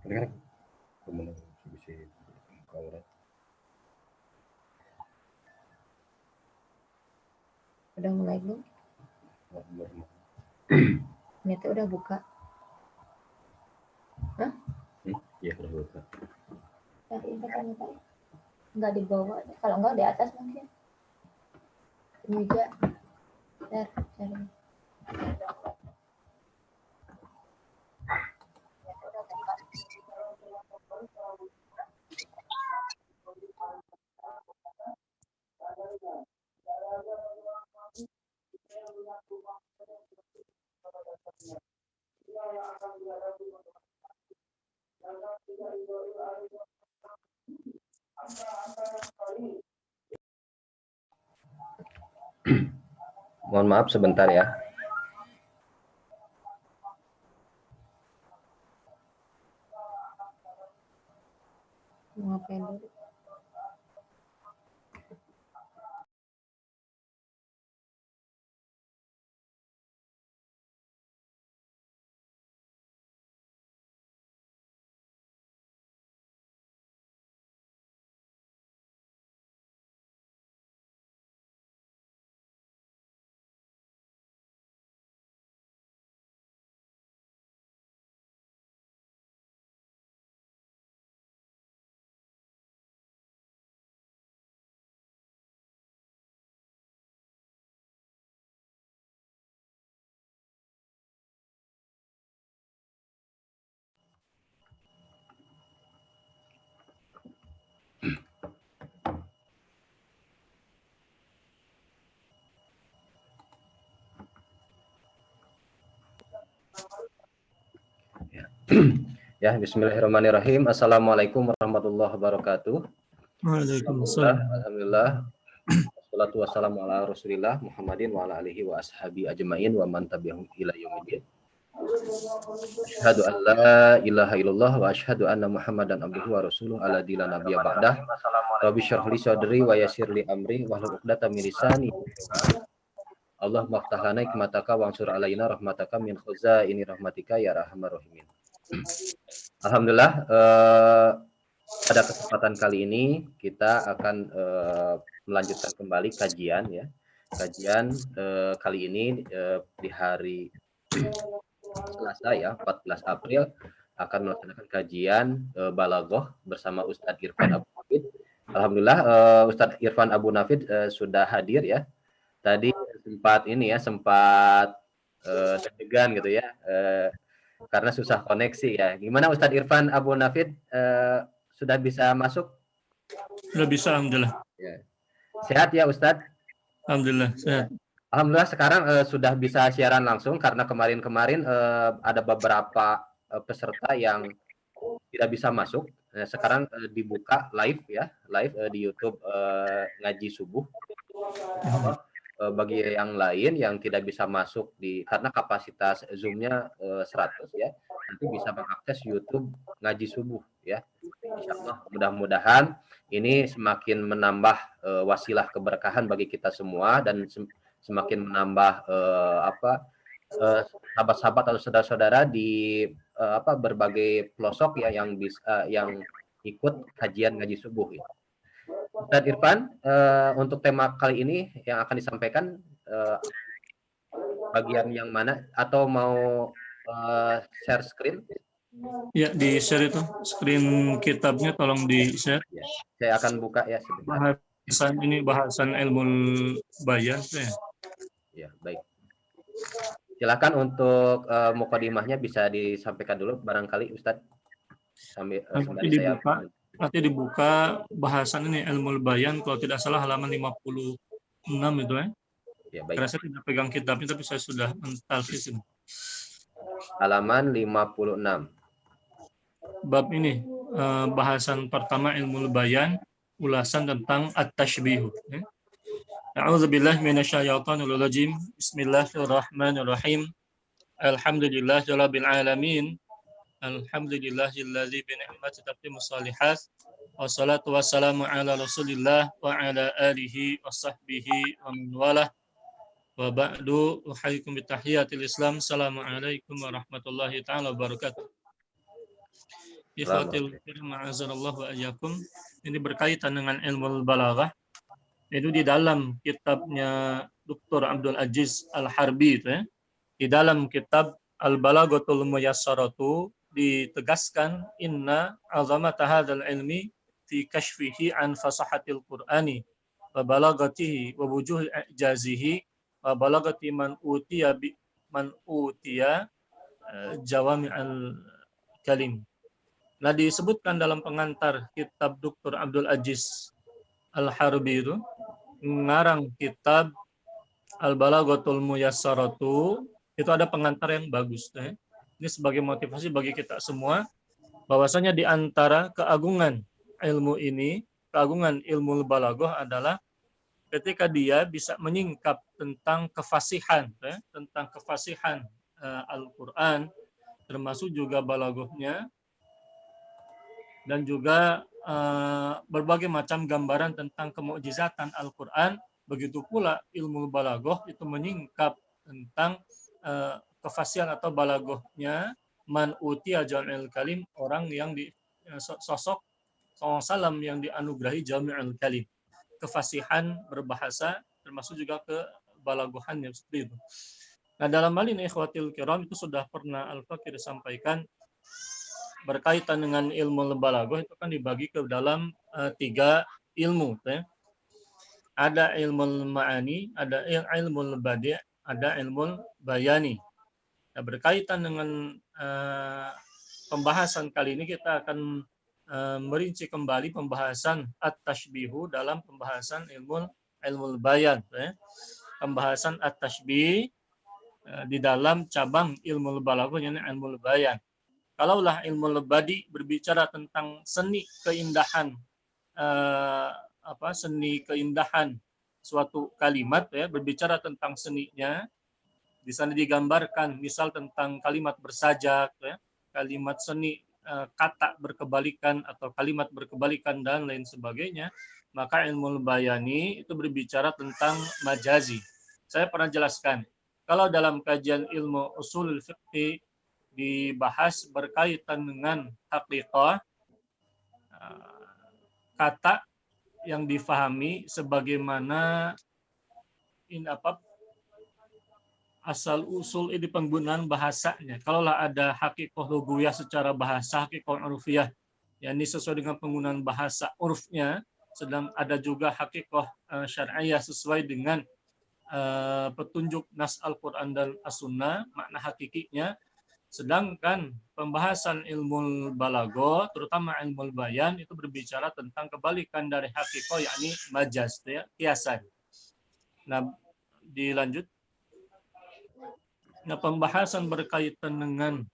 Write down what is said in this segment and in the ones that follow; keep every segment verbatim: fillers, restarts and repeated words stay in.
Kan kemudian bisa kaurat. Udah mulai belum? Ini tuh udah buka. Hah? Hmm? Iya, udah buka. Cari katanya Pak. Enggak di bawah, kalau enggak di atas mungkin. Meja. Bentar, cari. Mohon maaf sebentar ya. Mau ngapain dulu? Ya, bismillahirrahmanirrahim. Assalamualaikum warahmatullahi wabarakatuh. Waalaikumsalam. Alhamdulillah. Wassalatu wassalamu ala Rasulillah Muhammadin wa ala alihi wa ashabi ajmain wa man tabi'ahum ila yaumiddin. Asyhadu an la ilaha illallah wa asyhadu anna Muhammadan abduhu wa rasuluh ala dila nabiyya ba'dah. Rabbi syrah li sadri wa yassir li amri wahlul 'uqdatam min lisani. Allah maftah lana hikmataka wa ansur alaina rahmataka min khuzaini rahmatika ya arhamar rahimin. Alhamdulillah, eh, pada kesempatan kali ini kita akan eh, melanjutkan kembali kajian ya. Kajian eh, kali ini eh, di hari Selasa ya, empat belas April akan melaksanakan kajian eh, Balaghah bersama Ustadz Irfan Abu Nafid. Alhamdulillah eh, Ustadz Irfan Abu Nafid eh, sudah hadir ya. Tadi sempat ini ya, sempat eh, deg-degan gitu ya. Eh, karena susah koneksi ya. Gimana Ustadz Irfan Abu Nafid, uh, sudah bisa masuk? Sudah bisa, alhamdulillah. Ya. Sehat ya Ustadz? Alhamdulillah sehat. Alhamdulillah sekarang uh, sudah bisa siaran langsung karena kemarin-kemarin uh, ada beberapa uh, peserta yang tidak bisa masuk. Nah, sekarang uh, dibuka live ya, live uh, di YouTube uh, ngaji subuh. Allah. Bagi yang lain yang tidak bisa masuk di karena kapasitas Zoom-nya uh, seratus ya, nanti bisa mengakses YouTube ngaji subuh ya. Insyaallah mudah-mudahan ini semakin menambah uh, wasilah keberkahan bagi kita semua dan sem semakin menambah uh, apa sahabat-sahabat uh, atau saudara-saudara di uh, apa berbagai pelosok ya yang bisa uh, yang ikut kajian ngaji subuh ya. Ustadz Irfan, uh, untuk tema kali ini yang akan disampaikan uh, bagian yang mana atau mau uh, share screen? Ya, di share itu screen kitabnya tolong di share. Ya, saya akan buka ya sebentar. Bahasan ini bahasan ilmu bayan ya. Ya, baik. Silakan untuk uh, mukadimahnya bisa disampaikan dulu barangkali Ustadz sambil uh, nanti dibuka, saya... nanti dibuka bahasan ini ilmu bayan kalau tidak salah halaman lima puluh enam itu ya. Ya, baik. Karena saya tidak pegang kitabnya tapi saya sudah mentalfis. Halaman lima puluh enam. Bab ini eh, bahasan pertama ilmu bayan, ulasan tentang at-tashbih. Ya. A'udzubillahi minasyaitonir rajim. Bismillahirrahmanirrahim. Alhamdulillahirabbil alamin. Alhamdulillahilladzi bi ni'mati tatimmus shalihat. Wassalatu wassalamu ala Rasulillah wa ala alihi washabbihi wa man walah. Wa ba'du uhayyikum bitahiyatil Islam. Assalamualaikum warahmatullahi taala wabarakatuh. Ikhwatil kiram ma'azallahu wa iyyakum. Ini berkaitan dengan ilmu balaghah. Itu di dalam kitabnya Doktor Abdul Aziz Al-Harbi itu ya. Di dalam kitab Al-Balaghatul Muyassaratu ditegaskan inna azamata hadzal ilmi fi kashfihi an fasahatil Qur'ani wa balaghatihi wa wujuhi ijazihi wa balaghati man utiya bi man utiya uh, jawami'al kalim. Nah, disebutkan dalam pengantar kitab Doktor Abdul Aziz Al-Harbi itu, mengarang kitab Al-Balaghatul Muyassaratu, itu ada pengantar yang bagus. Ya. Ini sebagai motivasi bagi kita semua, bahwasanya di antara keagungan ilmu ini, keagungan ilmu balaghah adalah ketika dia bisa menyingkap tentang kefasihan, ya, tentang kefasihan uh, Al-Quran, termasuk juga balaghahnya, dan juga uh, berbagai macam gambaran tentang kemukjizatan Al-Quran. Begitu pula ilmu balaghah itu menyingkap tentang uh, kefasihan atau balaghahnya man utiya jami'ul kalim, orang yang di uh, sosok sallallahu alaihi wasallam yang dianugerahi jami'ul kalim, kefasihan berbahasa, termasuk juga kebalaghahannya seperti itu. Nah, dalam hal ini ikhwatil kiram itu sudah pernah Al-Fakir sampaikan, berkaitan dengan ilmu balaghah itu kan dibagi ke dalam uh, tiga ilmu. Ya. Ada ilmu ma'ani, ada ilmu badi', ada ilmu bayani. Nah, berkaitan dengan uh, pembahasan kali ini kita akan uh, merinci kembali pembahasan at-tashbihu dalam pembahasan ilmu ilmu bayan. Ya. Pembahasan at-tashbih uh, di dalam cabang ilmu balaghah, yakni ilmu bayan. Kalaulah ilmu badi berbicara tentang seni keindahan, eh, apa seni keindahan suatu kalimat, ya, berbicara tentang seninya, di sana digambarkan misal tentang kalimat bersajak, ya, kalimat seni eh, kata berkebalikan atau kalimat berkebalikan dan lain sebagainya, maka ilmu bayani itu berbicara tentang majazi. Saya pernah jelaskan, kalau dalam kajian ilmu usul fiqh dibahas berkaitan dengan hakikah, kata yang difahami sebagaimana ini apa asal usul ini penggunaan bahasanya. Kalaulah ada hakikah lugawiyah secara bahasa, hakikah urfiyah, yakni sesuai dengan penggunaan bahasa urfnya, sedang ada juga hakikah uh, syar'iyah sesuai dengan uh, petunjuk nas Al-Quran dan As-Sunnah, makna hakikinya. Sedangkan pembahasan ilmu balaghah, terutama ilmu bayan, itu berbicara tentang kebalikan dari hakikah, yakni majaz, ya, kiasan. Nah, dilanjut. Nah, pembahasan berkaitan dengan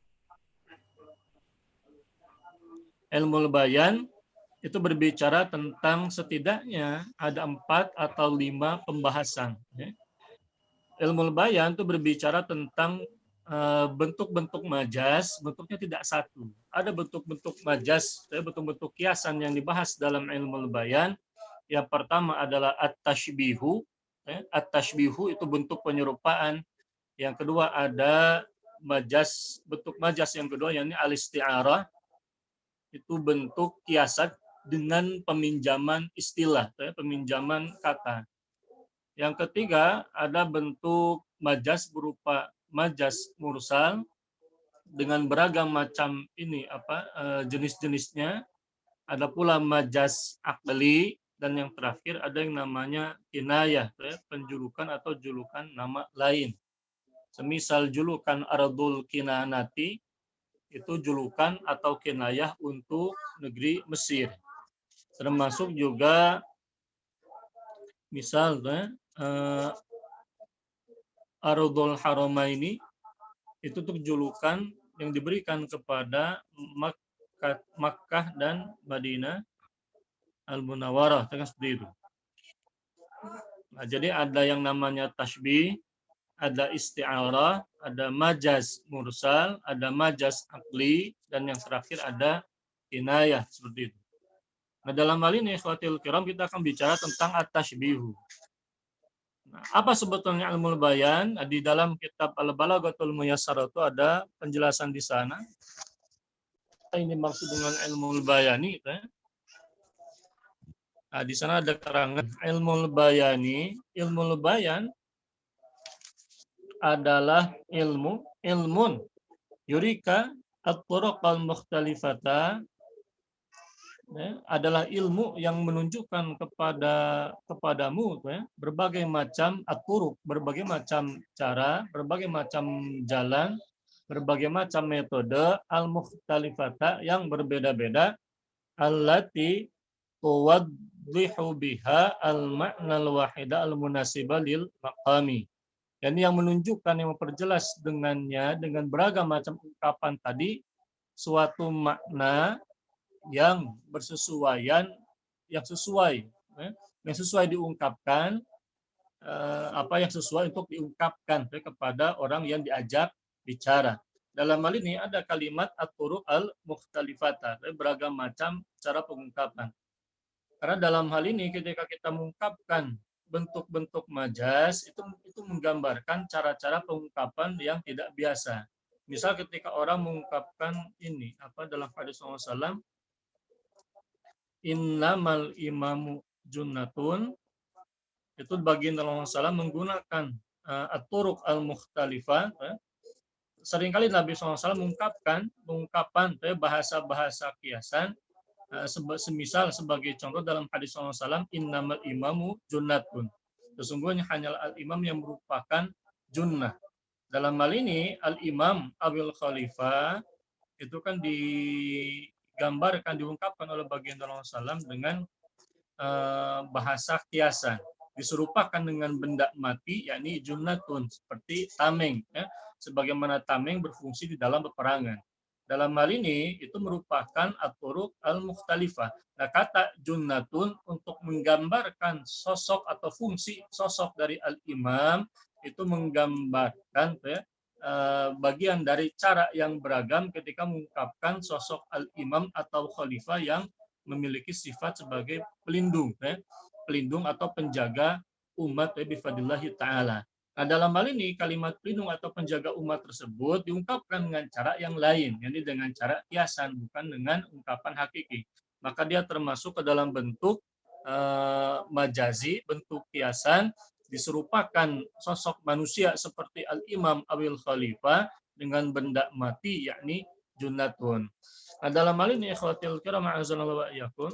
ilmu bayan itu berbicara tentang setidaknya ada empat atau lima pembahasan. Ya. Ilmu bayan itu berbicara tentang bentuk-bentuk majaz, bentuknya tidak satu. Ada bentuk-bentuk majaz, bentuk-bentuk kiasan yang dibahas dalam ilmu bayan. Yang pertama adalah at-tashbihu. At-tashbihu itu bentuk penyerupaan. Yang kedua ada majaz, bentuk majaz yang kedua yakni al-isti'arah. Itu bentuk kiasan dengan peminjaman istilah, peminjaman kata. Yang ketiga ada bentuk majaz berupa majaz mursal dengan beragam macam ini apa jenis-jenisnya. Ada pula majaz akli, dan yang terakhir ada yang namanya kinayah, penjulukan atau julukan nama lain. Semisal julukan ardul kinanati itu julukan atau kinayah untuk negeri Mesir. Termasuk juga misalnya eh, Ardul Haramaini itu tuh julukan yang diberikan kepada Makkah, Makkah dan Madinah Al-Munawwarah, seperti itu. Nah, jadi ada yang namanya tashbih, ada isti'arah, ada majaz mursal, ada majaz akli, dan yang terakhir ada kinayah, seperti itu. Nah, dalam hal ini ikhwatil kiram kita akan bicara tentang at-tashbihu. Nah, apa sebetulnya ilmu bayan? Di dalam kitab Al-Balaghatul Muyassarah itu ada penjelasan di sana. ini maksud dengan ilmu bayani? Ya? Nah, di sana ada keterangan ilmu bayani, ilmu bayan adalah ilmu ilmun yurika at-turuq al-mukhtalifata, ya, adalah ilmu yang menunjukkan kepada kepadamu ya, berbagai macam at-turuq, berbagai macam cara, berbagai macam jalan, berbagai macam metode al-mukhtalifata yang berbeda-beda, allati tuwaddihu biha al-ma'na al-wahida al-munasiba lil maqami. Yani yang menunjukkan, yang memperjelas dengannya, dengan beragam macam ungkapan tadi, suatu makna yang bersesuaian, yang sesuai, ya, yang sesuai diungkapkan, eh, apa yang sesuai untuk diungkapkan ya, kepada orang yang diajak bicara. Dalam hal ini ada kalimat at-turuq al-mukhtalifata, ya, beragam macam cara pengungkapan. Karena dalam hal ini ketika kita mengungkapkan bentuk-bentuk majas, itu itu menggambarkan cara-cara pengungkapan yang tidak biasa. Misal ketika orang mengungkapkan ini, apa dalam hadis Rasulullah shallallahu alaihi wasallam, innamal imamu junnatun, itu bagian Rasulullah shallallahu alaihi wasallam menggunakan uh, at-turuq al-mukhtalifah. Ya. Seringkali Nabi shallallahu alaihi wasallam mengungkapkan pengungkapan ya, bahasa-bahasa kiasan, semisal sebagai contoh dalam hadis Rasulullah shallallahu alaihi wasallam, innamal imamu junnatun. Sesungguhnya hanyalah al-imam yang merupakan junnah. Dalam hal ini al-imam Abil Khalifah itu kan digambarkan, diungkapkan oleh baginda Rasulullah shallallahu alaihi wasallam dengan uh, bahasa kiasan. Diserupakan dengan benda mati, yakni junnatun, seperti tameng. Ya. Sebagaimana tameng berfungsi di dalam peperangan. Dalam hal ini itu merupakan at-turuq al-mukhtalifah. Nah, kata junnatun untuk menggambarkan sosok atau fungsi sosok dari al-imam, itu menggambarkan ya, bagian dari cara yang beragam ketika mengungkapkan sosok al-imam atau khalifah yang memiliki sifat sebagai pelindung, ya, pelindung atau penjaga umat ya, bifadillahi ta'ala. Nah, dalam hal ini kalimat pelindung atau penjaga umat tersebut diungkapkan dengan cara yang lain, yakni dengan cara kiasan, bukan dengan ungkapan hakiki. Maka dia termasuk ke dalam bentuk uh, majazi, bentuk kiasan, diserupakan sosok manusia seperti al-imam Abil Khalifah dengan benda mati, yakni junnatun. Nah, dalam hal ini ikhwatil kiram a'azanallahu wa iyyakum,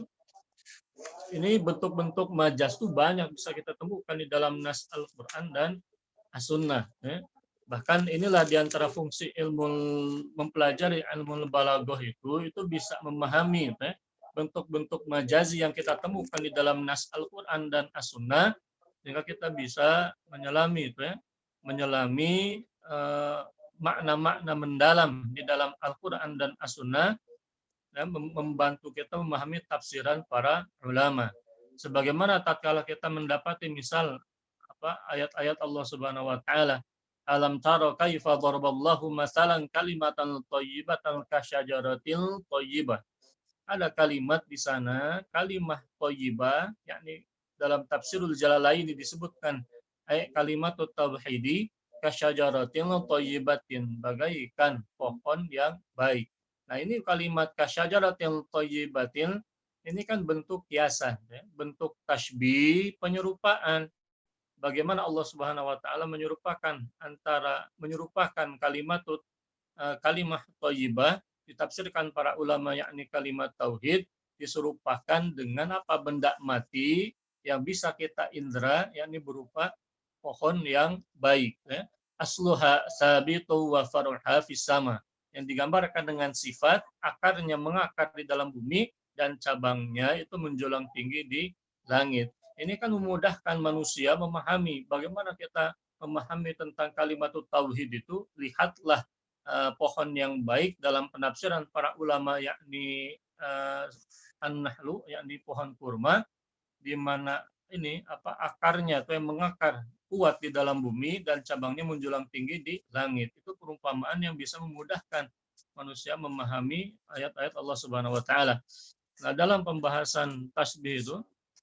ini bentuk-bentuk majaz itu banyak bisa kita temukan di dalam nas Al-Quran dan As-Sunnah. Ya. Bahkan inilah diantara fungsi ilmu mempelajari ilmu balaghah itu, itu bisa memahami ya, bentuk-bentuk majazi yang kita temukan di dalam nas Al-Quran dan As-Sunnah, sehingga kita bisa menyelami, ya, menyelami uh, makna-makna mendalam di dalam Al-Quran dan As-Sunnah, ya, membantu kita memahami tafsiran para ulama. Sebagaimana tatkala kita mendapati misal ayat-ayat Allah Subhanahu wa taala, alam tara kaifa daraballahu masalan kalimatan thayyibatan kasyajaratil thayyibah. Ada kalimat di sana, kalimah thayyibah, yakni dalam tafsirul Jalalain disebutkan ayat kalimat tauhidi kasyajaratil thayyibatin, bagaikan pohon yang baik. Nah, ini kalimat kasyajaratil thayyibatin ini kan bentuk kiasan, ya, bentuk tasbih, penyerupaan. Bagaimana Allah Subhanahu wa taala menyerupakan antara menyerupakan kalimat uh, kalimah thayyibah, ditafsirkan para ulama yakni kalimat tauhid, diserupakan dengan apa? Benda mati yang bisa kita indra, yakni berupa pohon yang baik, ya. Asluha sabitu wa faruha fis sama, yang digambarkan dengan sifat akarnya mengakar di dalam bumi dan cabangnya itu menjulang tinggi di langit. Ini kan memudahkan manusia memahami bagaimana kita memahami tentang kalimat tauhid itu. Lihatlah uh, pohon yang baik dalam penafsiran para ulama, yakni uh, an-nahlu, yakni pohon kurma, di mana ini apa akarnya itu yang mengakar kuat di dalam bumi dan cabangnya menjulang tinggi di langit. Itu perumpamaan yang bisa memudahkan manusia memahami ayat-ayat Allah Subhanahu wa taala. Nah, dalam pembahasan tasbih itu,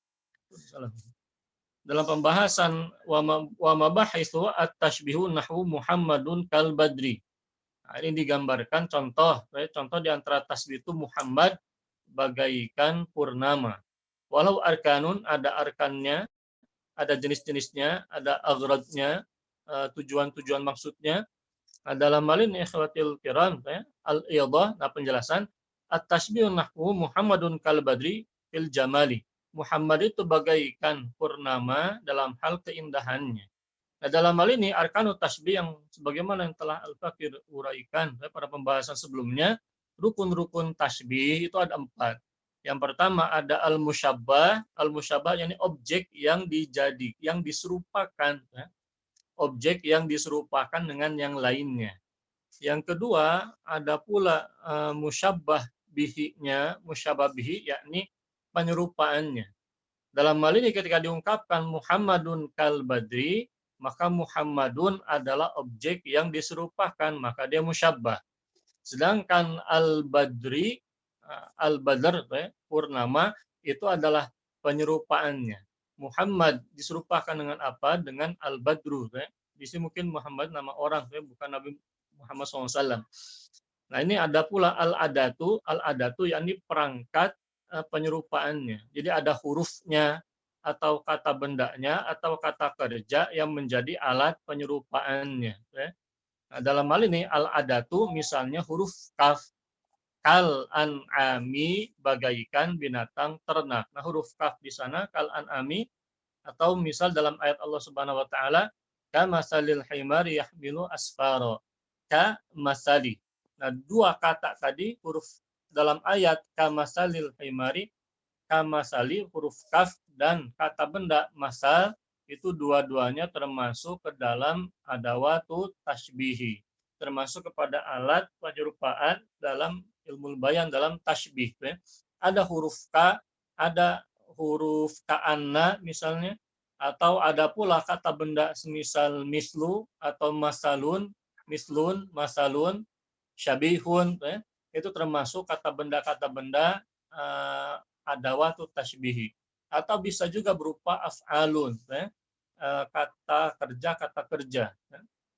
dalam pembahasan wa mabahithu at-tashbihu nahwu Muhammadun kal badri. Nah, ini digambarkan contoh, ya, contoh di antara tasbih itu Muhammad bagaikan purnama. Walau arkanun, ada arkannya, ada jenis-jenisnya, ada agradnya, eh, tujuan-tujuan maksudnya. Nah, dalam hal ini ikhwatil kiram, ya, al-iyadah, nah penjelasan, at-tasbih nahwu Muhammadun kal badri fil jamali. Muhammad itu bagaikan purnama dalam hal keindahannya. Nah, dalam hal ini arkanut tasbih yang sebagaimana yang telah Al-Fakir uraikan ya, pada pembahasan sebelumnya, rukun-rukun tasbih itu ada empat. Yang pertama ada al-musyabbah, al-musyabbah yakni objek yang dijadi, yang diserupakan, ya. Objek yang diserupakan dengan yang lainnya. Yang kedua ada pula uh, musyabbah bihi-nya, musyabbah bihi yakni penyerupaannya. Dalam hal ini ketika diungkapkan Muhammadun kal badri, maka Muhammadun adalah objek yang diserupakan, maka dia musyabbah. Sedangkan al-badri, al-badr, purnama, itu adalah penyerupaannya. Muhammad diserupakan dengan apa? Dengan al-badru. Di sini mungkin Muhammad nama orang, bukan Nabi Muhammad shallallahu alaihi wasallam. Nah ini ada pula al-adatu, al-adatu yakni perangkat penyerupaannya. Jadi ada hurufnya, atau kata bendanya, atau kata kerja yang menjadi alat penyerupaannya. Nah, dalam hal ini al-adatu misalnya huruf kaf, kal an'ami bagaikan binatang ternak. Nah huruf kaf di sana kal an'ami, atau misal dalam ayat Allah Subhanahu wa taala kamasalil himari yahmilu asfara, ka masali. Nah dua kata tadi huruf dalam ayat kamasalil himari, kamasali huruf kaf dan kata benda masal itu dua-duanya termasuk ke dalam adawatu tashbihi, termasuk kepada alat penyerupaan dalam ilmu bayan dalam tashbih. Ya. Ada huruf ka, ada huruf ka'anna misalnya, atau ada pula kata benda semisal mislu atau masalun, mislun, masalun, syabihun. Ya. Itu termasuk kata benda-kata benda uh, adawatu tashbihi, atau bisa juga berupa af'alun, ya. Kata kerja, kata kerja, ya.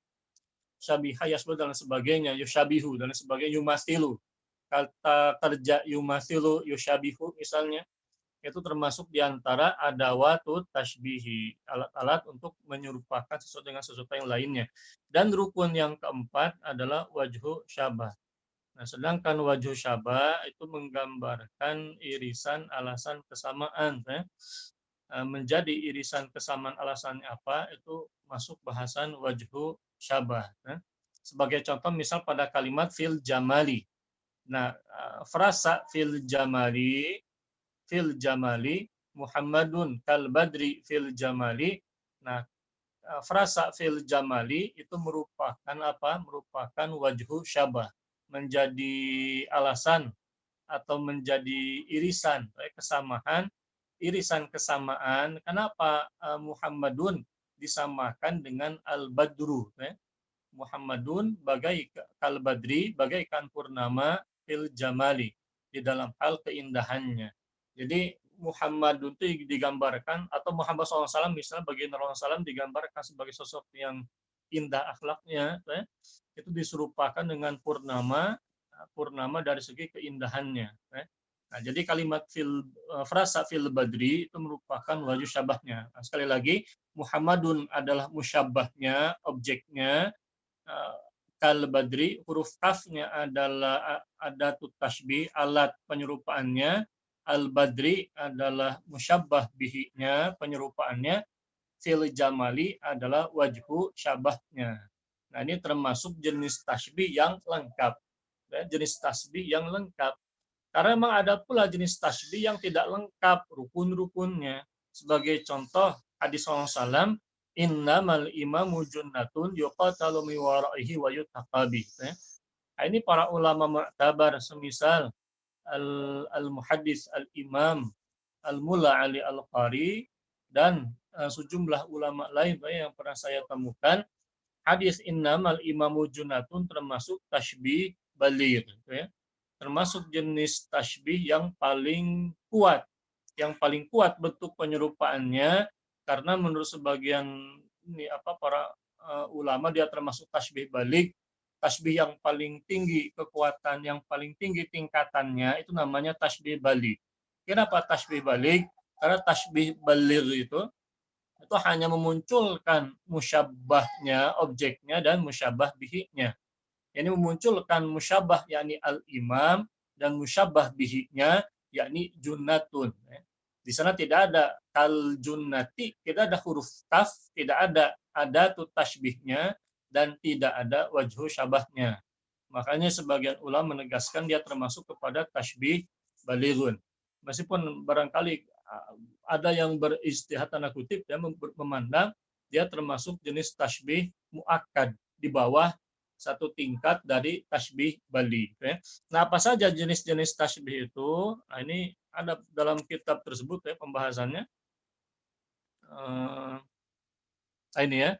Syabiha yasbul dan sebagainya, yushabihu dan sebagainya, yumasilu, kata kerja yumasilu, yushabihu misalnya, itu termasuk diantara adawatu tashbihi, alat-alat untuk menyerupakan sesuatu dengan sesuatu yang lainnya. Dan rukun yang keempat adalah wajhu syabah. Nah, sedangkan wajhu syabah itu menggambarkan irisan alasan kesamaan. Ya. Menjadi irisan kesamaan alasannya apa, itu masuk bahasan wajhu syabah. Ya. Sebagai contoh misal pada kalimat fil jamali. Nah, frasa fil jamali, fil jamali, Muhammadun kal badri fil jamali. Nah, frasa fil jamali itu merupakan apa? Merupakan wajhu syabah. Menjadi alasan atau menjadi irisan kesamaan, irisan kesamaan. Kenapa Muhammadun disamakan dengan al-badru? Muhammadun bagai kal badri, bagaikan purnama fil jamali, di dalam hal keindahannya. Jadi Muhammadun itu digambarkan, atau Muhammad shallallahu alaihi wasallam misalnya bagian Rasulullah shallallahu alaihi wasallam digambarkan sebagai sosok yang indah akhlaknya, ya. Itu diserupakan dengan purnama, purnama dari segi keindahannya. Ya. Nah, jadi kalimat fil frasa fil badri itu merupakan wajhu syabahnya. Nah, sekali lagi Muhammadun adalah musyabbahnya, objeknya. Kal badri huruf kafnya adalah adatut tashbih, alat penyerupaannya. Al badri adalah musyabbah bihi-nya, penyerupaannya. Fil jamali adalah wajhu syabahnya. Nah, ini termasuk jenis tasbih yang lengkap. Ya, jenis tasbih yang lengkap. Karena memang ada pula jenis tasbih yang tidak lengkap rukun-rukunnya. Sebagai contoh hadis Rasulullah shallallahu alaihi wasallam, innamal imamu junnatun yuqatalu min waraihi wa yutaqabi. Ya. Nah, ini para ulama mu'tabar semisal al-muhaddis al-imam al-mulla Ali al-qari dan uh, sejumlah ulama lain yang pernah saya temukan. Hadis innamal imamu junnatun termasuk tasbih baligh, ya. Termasuk jenis tasbih yang paling kuat, yang paling kuat bentuk penyerupaannya, karena menurut sebagian ini apa para uh, ulama dia termasuk tasbih baligh tasbih yang paling tinggi kekuatan, yang paling tinggi tingkatannya itu namanya tasbih baligh. Kenapa tasbih baligh? Karena tasbih baligh itu itu hanya memunculkan musyabbahnya, objeknya, dan musyabbah bihinya. Ini memunculkan musyabbah yakni al-imam dan musyabbah bihinya yakni junnatun. Di sana tidak ada kal junnati, tidak ada huruf kaf, tidak ada adatu tasbihnya, dan tidak ada wajhu syabahnya. Makanya sebagian ulama menegaskan dia termasuk kepada tasbih balighun. Meskipun barangkali ada yang beristihad tanda kutip dan memandang dia termasuk jenis tasbih muakkad di bawah satu tingkat dari tasbih baligh. Nah, apa saja jenis-jenis tasbih itu? Nah, ini ada dalam kitab tersebut ya pembahasannya. Uh, ini ya.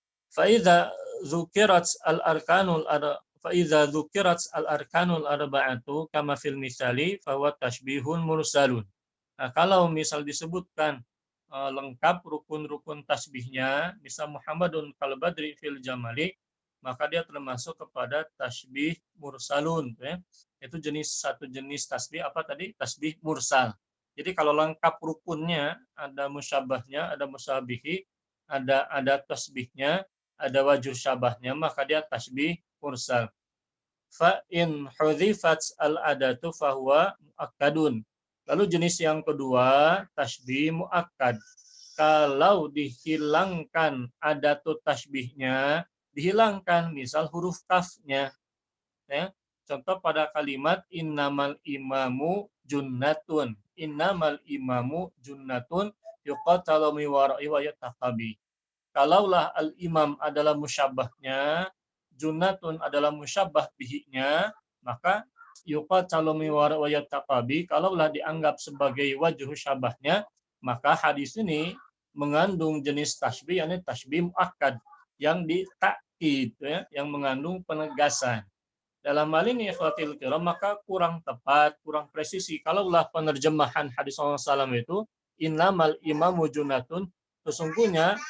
Faiza zukirat al-arkanul ada faiza zukirat al-arkanul arba'atu kama fil misali fahuwa tashbihun mursalun. Nah, kalau misal disebutkan uh, lengkap rukun-rukun tasbihnya, misal Muhammadun kal badri fil jamali, maka dia termasuk kepada tasbih mursalun. Ya. Itu jenis satu jenis tasbih apa tadi? Tasbih mursal. Jadi kalau lengkap rukunnya, ada musyabbahnya, ada musyabihi, ada ada tasbihnya, ada wajh syabahnya, maka dia tasbih mursal. Fa in hudhifat al-adatu fahuwa muakkadun. Lalu jenis yang kedua, tasbih muakkad. Kalau dihilangkan adatu tasbihnya, dihilangkan misal huruf kafnya. Ya. Contoh pada kalimat innamal imamu junnatun. Innamal imamu junnatun yuqatalu min wara'i wa yataqabi. Kalaulah al-imam adalah musyabbahnya, junnatun adalah musyabbah bihinya, maka yuqatalu min wara'i wa yataqabi, kalaulah dianggap sebagai wajhu syabahnya, maka hadis ini mengandung jenis tasbih, yakni tasbih muakkad yang ditakkid, ya, yang mengandung penegasan. Dalam hal ini ikhwatil kiram, maka kurang tepat, kurang presisi. Kalaulah penerjemahan hadis Rasulullah shallallahu alaihi wasallam itu innamal imamu junnatun, sesungguhnya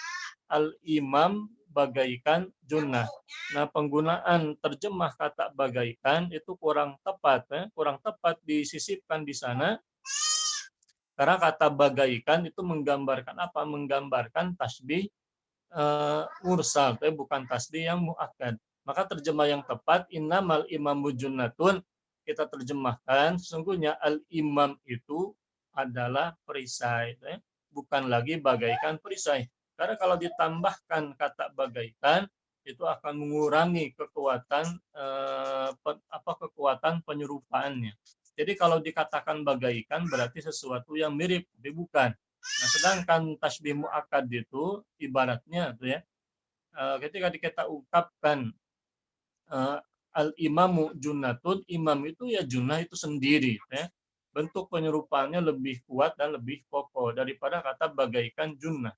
al-imam bagaikan junnah. Nah, penggunaan terjemah kata bagaikan itu kurang tepat, ya. kurang tepat disisipkan di sana. Karena kata bagaikan itu menggambarkan apa? Menggambarkan tasbih uh, mursal, tapi bukan tasbih yang muakkad. Maka terjemah yang tepat innamal imamu junnatun, kita terjemahkan sesungguhnya al-imam itu adalah perisai, ya. bukan lagi bagaikan perisai. Karena kalau ditambahkan kata bagaikan itu akan mengurangi kekuatan eh, apa kekuatan penyerupaannya. Jadi kalau dikatakan bagaikan berarti sesuatu yang mirip, tapi bukan. Nah, sedangkan tasbih muakkad itu ibaratnya tuh ya, eh, ketika kita ungkapkan eh, al-imamu junnatun, imam itu ya junnah itu sendiri, ya. Bentuk penyerupaannya lebih kuat dan lebih kokoh daripada kata bagaikan junnah.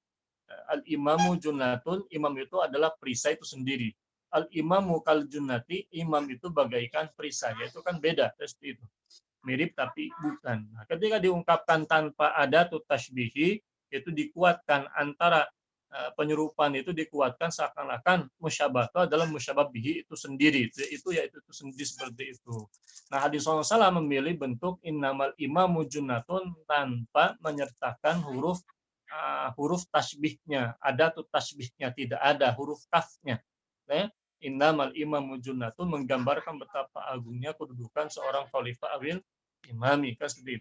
Al-imamu junnatun, imam itu adalah perisai itu sendiri. Al-imamu kal junnati, imam itu bagaikan perisai. Itu kan beda, seperti itu. Mirip tapi bukan. Nah, ketika diungkapkan tanpa ada tu tashbihi, itu dikuatkan antara uh, penyerupaan itu dikuatkan seakan-akan musyabah itu adalah musyabah bihi itu sendiri. Itu, itu ya itu, itu sendiri seperti itu. Nah, hadis Rasulullah shallallahu alaihi wasallam memilih bentuk innamal imamu junnatun tanpa menyertakan huruf Uh, huruf tasbihnya, ada tuh tasbihnya, tidak ada huruf kafnya. Ya. Innamal imamu junnatun menggambarkan betapa agungnya kedudukan seorang khalifah awil imami.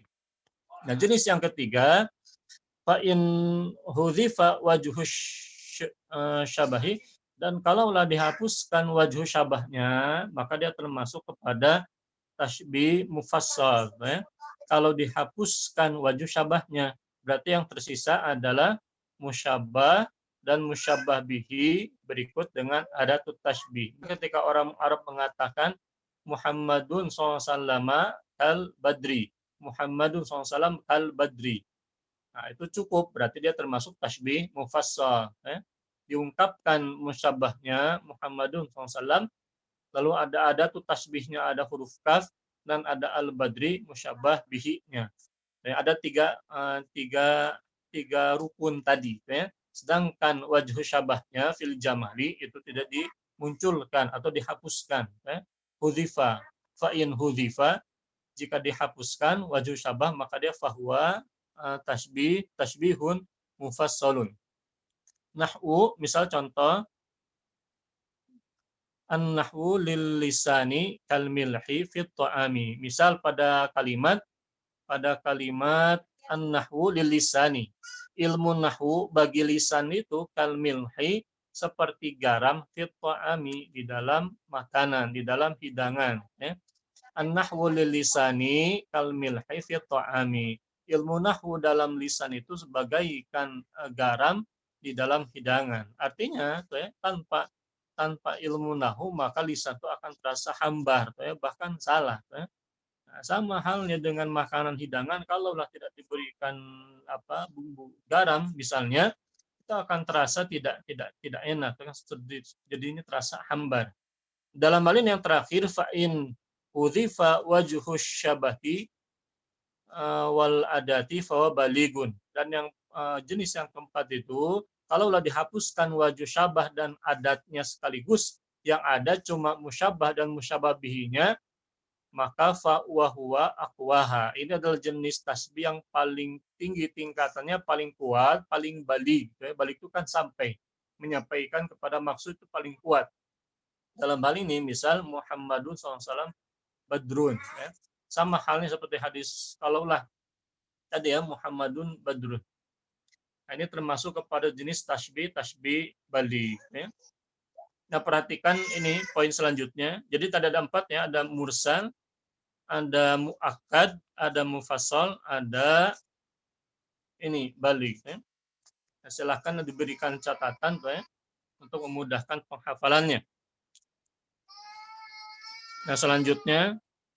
Nah, jenis yang ketiga, fa in hudhifa wajhu syabahi, dan kalaulah dihapuskan wajhu syabahnya, maka dia termasuk kepada tasbih mufassal. Ya. Kalau dihapuskan wajhu syabahnya, berarti yang tersisa adalah musyabbah dan musyabbah bihi berikut dengan adatut tasbih. Ketika orang Arab mengatakan Muhammadun shallallahu alaihi wasallam kal badri, Muhammadun shallallahu alaihi wasallam kal badri. Nah, itu cukup, berarti dia termasuk tasbih mufassal. Eh? Diungkapkan musyabbahnya Muhammadun shallallahu alaihi wasallam, lalu ada adatut tasbihnya, ada huruf kaf, dan ada al-badri musyabbah bihi-nya. Ya, ada tiga, uh, tiga, tiga rukun tadi. Ya. Sedangkan wajhu syabahnya fil jamali itu tidak di, dimunculkan atau dihapuskan. Ya. Hudhifa, fa'in hudhifa, jika dihapuskan wajhu syabah maka dia fahuwa uh, tasbih, tasbihun mufassalun. Nahwu, misal contoh, an-nahwu lil lisani kal milhi fit ta'ami. Misal pada kalimat pada kalimat an-nahwu lil lisani. Ilmu nahwu bagi lisan itu kal milhi seperti garam fit ta'ami di dalam makanan, di dalam hidangan, ya. An-nahwu lil lisani kal milhi fit ta'ami. Ilmu nahwu dalam lisan itu sebagaikan garam di dalam hidangan. Artinya, tuh ya, tanpa tanpa ilmu nahwu maka lisan itu akan terasa hambar, tuh ya, bahkan salah. Tuh ya. Nah, sama halnya dengan makanan hidangan, kalaulah tidak diberikan apa bumbu garam misalnya, itu akan terasa tidak tidak tidak enak, jadinya terasa hambar. Dalam hal ini yang terakhir, fa'in udhifa wajhu syabahi uh, wal adati fawa baligun. Dan yang uh, jenis yang keempat itu, kalaulah dihapuskan wajhu syabah dan adatnya sekaligus, yang ada cuma musyabah dan musyabah bihinya, maka fa wa huwa aqwaha. Ini adalah jenis tasbih yang paling tinggi tingkatannya, paling kuat, paling balik. Balik itu kan sampai, menyampaikan kepada maksud itu paling kuat. Dalam hal ini misal Muhammadun shallallahu alaihi wasallam badrun, ya. Sama halnya seperti hadis kalaulah tadi ya Muhammadun badrun. Nah, ini termasuk kepada jenis tasbih tasbih balik, ya. Nah, perhatikan ini poin selanjutnya. Jadi tadi ada empat ya, ada mursal, ada muakkad, ada mufassal, ada ini balik. Ya. Nah, silahkan diberikan catatan tuh ya, untuk memudahkan penghafalannya. Nah, selanjutnya,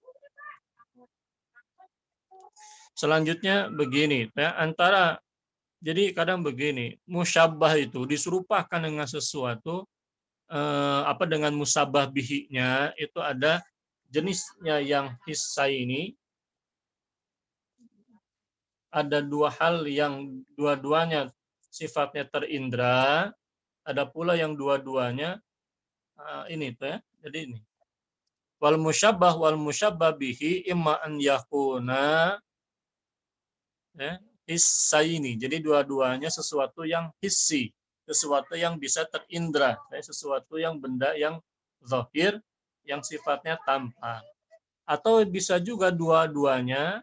selanjutnya begini, ya, antara jadi kadang begini, musyabbah itu diserupakan dengan sesuatu, eh, apa dengan musabbah bihinya itu ada jenisnya yang hissa ini, ada dua hal yang dua-duanya sifatnya terindra, ada pula yang dua-duanya uh, ini tuh ya. Jadi ini. Wal musyabbah wal musyabbah bihi imma an yakuna ya, hissaini. Jadi dua-duanya sesuatu yang hissi, sesuatu yang bisa terindra, ya, sesuatu yang benda yang zahir yang sifatnya tampak. Atau bisa juga dua-duanya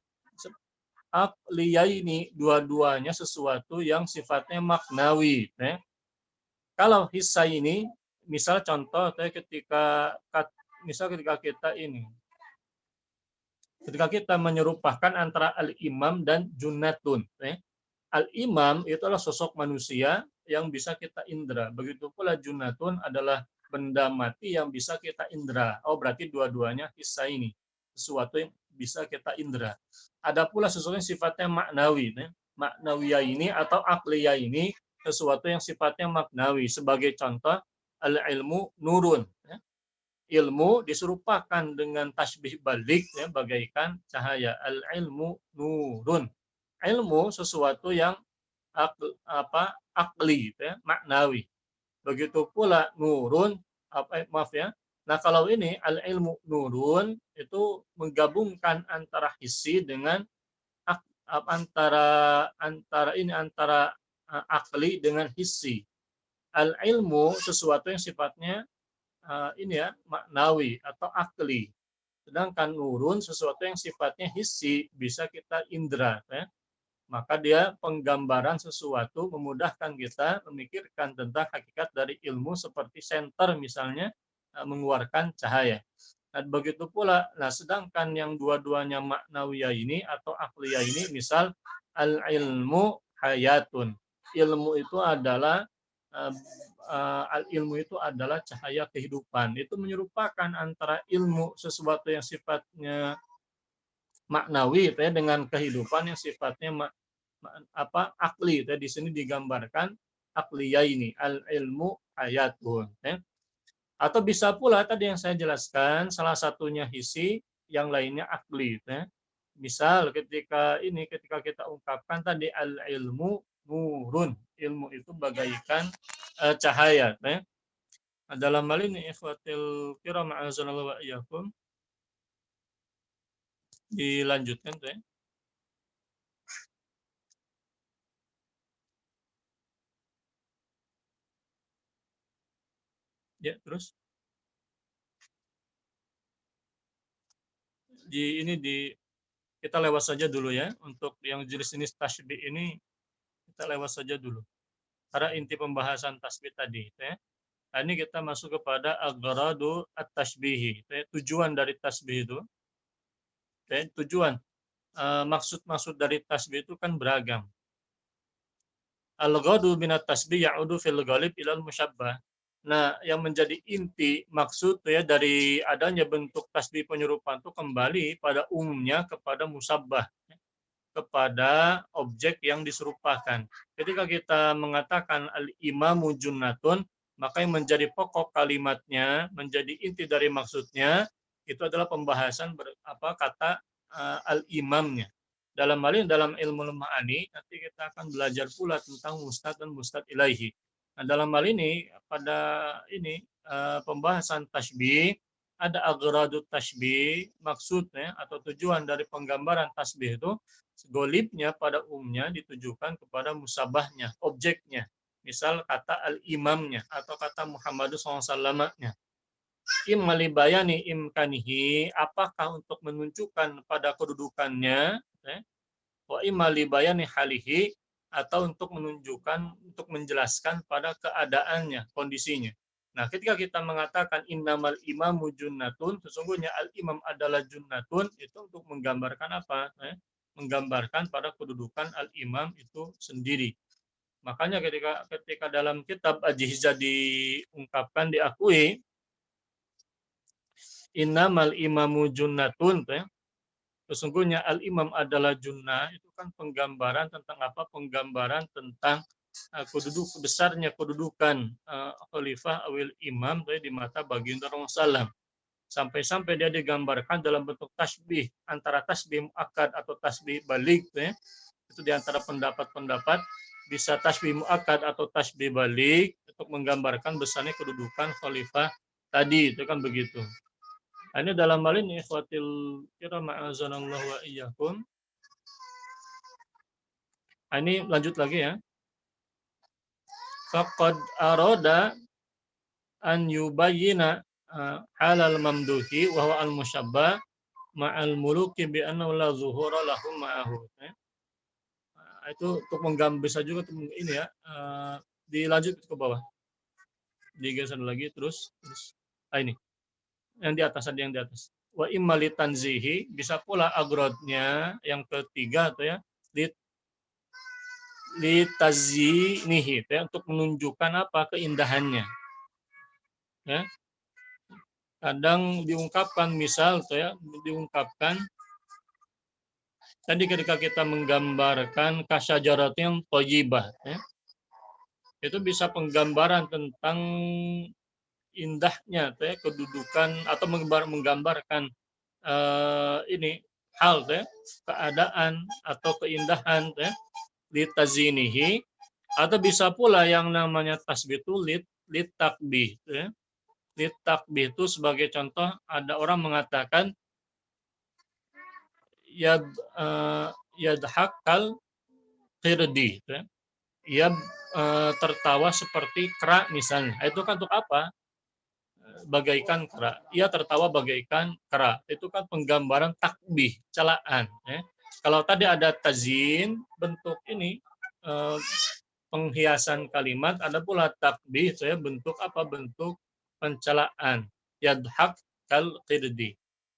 aqliyaini, dua-duanya sesuatu yang sifatnya maknawi. Ya. Kalau hissa ini, misal contoh, ketika misal ketika kita ini, ketika kita menyerupakan antara al-imam dan junnatun. Ya. Al-imam itu adalah sosok manusia yang bisa kita indra. Begitu pula junnatun adalah benda mati yang bisa kita indra. Oh, berarti dua-duanya hissa ini, sesuatu yang bisa kita indra. Ada pula sesuatu yang sifatnya maknawi. Ya. Maknawiyah ini atau akliyah ini sesuatu yang sifatnya maknawi. Sebagai contoh, al-ilmu nurun. Ya. Ilmu diserupakan dengan tasbih balik, ya, bagaikan cahaya. Al-ilmu nurun. Ilmu sesuatu yang akl, apa akli, ya, maknawi. Begitu pula nurun, apa maaf ya. Nah, kalau ini al-ilmu nurun itu menggabungkan antara hissi dengan ak, antara antara ini antara uh, akli dengan hissi. Al-ilmu sesuatu yang sifatnya uh, ini ya maknawi atau akli. Sedangkan nurun sesuatu yang sifatnya hissi, bisa kita indra, ya. Maka dia penggambaran sesuatu memudahkan kita memikirkan tentang hakikat dari ilmu seperti senter misalnya mengeluarkan cahaya. Nah, begitu pula, nah sedangkan yang dua-duanya maknawiyah ini atau akliyah ini, misal al-ilmu hayatun. Ilmu itu adalah uh, uh, al-ilmu itu adalah cahaya kehidupan. Itu menyerupakan antara ilmu sesuatu yang sifatnya maknawi ya, dengan kehidupan yang sifatnya mak, apa akli. Ya, di sini digambarkan akliyah ini, al-ilmu hayatun. Ya. Atau bisa pula tadi yang saya jelaskan, salah satunya hissi, yang lainnya akli. Ya. Misal ketika ini, ketika kita ungkapkan tadi al-ilmu nurun, ilmu itu bagaikan uh, cahaya. Ya. Nah, dalam hal ini ikhwatil kiram a'azanallahu wa iyyakum, dilanjutkan tuh ya. Ya, terus di ini di kita lewat saja dulu ya untuk yang jenis-jenis tasbih ini, kita lewat saja dulu. Karena inti pembahasan tasbih tadi itu ya. Nah, ini kita masuk kepada aghradu at-tasbihi, itu ya, tujuan dari tasbih itu. Itu ya, tujuan eh, maksud-maksud dari tasbih itu kan beragam. Al-ghadu minat tasbih ya'udu fil ghalib ilal musyabbah. Nah, yang menjadi inti maksud ya dari adanya bentuk tasbih penyerupaan itu kembali pada umumnya kepada musabbah, kepada objek yang diserupakan. Ketika kita mengatakan al-imamu junnatun, maka yang menjadi pokok kalimatnya, menjadi inti dari maksudnya itu adalah pembahasan ber, apa kata uh, al-imamnya. Dalam hal ini dalam ilmu ma'ani nanti kita akan belajar pula tentang mustad dan mustad ilaihi. Nah, dalam hal ini pada ini uh, pembahasan tasbih ada agradut tasbih, maksudnya atau tujuan dari penggambaran tasbih itu golibnya pada umumnya ditujukan kepada musabahnya, objeknya. Misal kata al-imamnya atau kata Muhammadus shallallahu alaihi wasallam-nya. Im malibayani imkanihi, apakah untuk menunjukkan pada kedudukannya, wa im malibayani halihi, atau untuk menunjukkan, untuk menjelaskan pada keadaannya, kondisinya. Nah, ketika kita mengatakan innamal imamu junnatun, sesungguhnya al-imam adalah junnatun, itu untuk menggambarkan apa? Eh? Menggambarkan pada kedudukan al-imam itu sendiri. Makanya ketika ketika dalam kitab Ajihza diungkapkan, diakui, innamal imamu junnatun, ya, sesungguhnya al-imam adalah junnah, itu kan penggambaran tentang apa? Penggambaran tentang uh, keduduk besarnya kedudukan uh, khalifah awil imam ya, di mata baginda Rasulullah. Sampai-sampai dia digambarkan dalam bentuk tasbih, antara tasbih muakkad atau tasbih balik, ya. Itu di antara pendapat-pendapat, bisa tasbih muakkad atau tasbih balik untuk menggambarkan besarnya kedudukan khalifah tadi, itu kan begitu. Nah, ini dalam hal ini ikhwatil kiram a'azanallahu wa iyyakum. Nah, ini lanjut lagi ya. Faqad arada an yubayyina uh, halal mamduhi wa huwa al-musyabbah ma'al muluki bi annahu la zuhura lahum ma'ahu. Ya. Nah, itu untuk menggambar, bisa juga ini ya. Uh, dilanjut ke bawah. Digeser lagi terus terus. Nah, ini. Yang di atas, ada yang di atas. Wa imma litanzihi, bisa pula agrodnya yang ketiga atau ya, lit litazinihi, ya, untuk menunjukkan apa? Keindahannya. Ya. Kadang diungkapkan, misal ya, diungkapkan tadi ketika kita menggambarkan kasyajaratin thayyibah, ya, itu bisa penggambaran tentang indahnya, ya, kedudukan atau menggambar, menggambarkan uh, ini hal, ya, keadaan atau keindahan, ya, litazinihi, atau bisa pula yang namanya tasbih itu lit lit takbih, ya. Lit takbih itu sebagai contoh, ada orang mengatakan yad uh, yadhak kal qirdi, ya. Ia uh, tertawa seperti kera misalnya. Itu kan untuk apa? Bagaikan kera. Ia tertawa bagaikan kera. Itu kan penggambaran takbih, celaan, ya. Kalau tadi ada tazin, bentuk ini uh, penghiasan kalimat, ada pula takbih, saya bentuk apa? Bentuk pencelaan. Yadhak kal qirdi.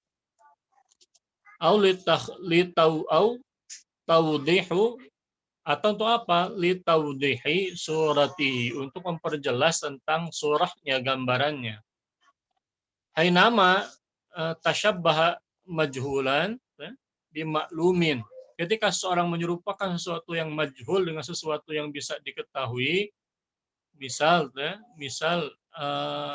Au litau au taudihu, atau untuk apa? Litaudihi surati, untuk memperjelas tentang surahnya, gambarannya. Hainama uh, tasyabbaha majhulan, ya, bimaklumin. Ketika seorang menyerupakan sesuatu yang majhul dengan sesuatu yang bisa diketahui, misal, ya, misal uh,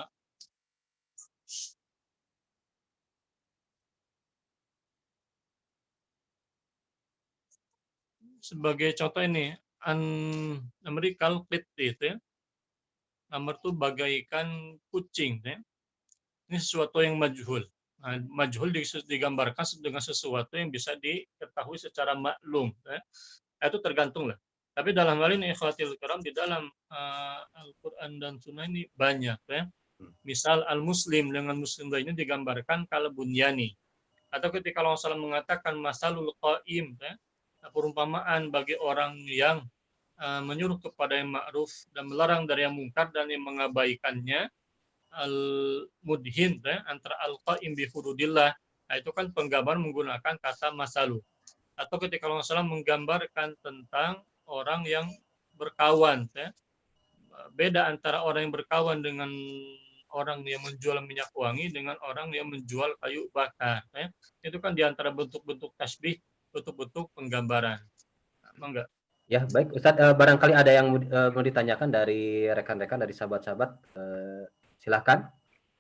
sebagai contoh ini, an Amerikal Qibti, ya, Amr itu bagaikan kucing. Ya. Ini sesuatu yang majhul. Nah, majhul digambarkan dengan sesuatu yang bisa diketahui secara maklum. Ya. Itu tergantung lah. Tapi dalam hal ini ikhwatil kiram di dalam uh, Al-Quran dan Sunnah ini banyak. Ya. Misal al-muslim dengan muslim lainnya digambarkan kal bunyani. Atau ketika Allah shallallahu alaihi wasallam mengatakan masalul qaim, ya, perumpamaan bagi orang yang uh, menyuruh kepada yang ma'ruf dan melarang dari yang mungkar dan yang mengabaikannya, al-mudhin, ya, antara al-qaim bi hududillah. Nah, itu kan penggambaran menggunakan kata masalu. Atau ketika Allah shallallahu alaihi wasallam menggambarkan tentang orang yang berkawan, ya. Beda antara orang yang berkawan dengan orang yang menjual minyak wangi dengan orang yang menjual kayu bakar. Ya. Itu kan diantara bentuk-bentuk tasbih, bentuk-bentuk penggambaran. Emang enggak? Ya, baik Ustadz, uh, barangkali ada yang uh, mau ditanyakan dari rekan-rekan, dari sahabat-sahabat, uh, silakan.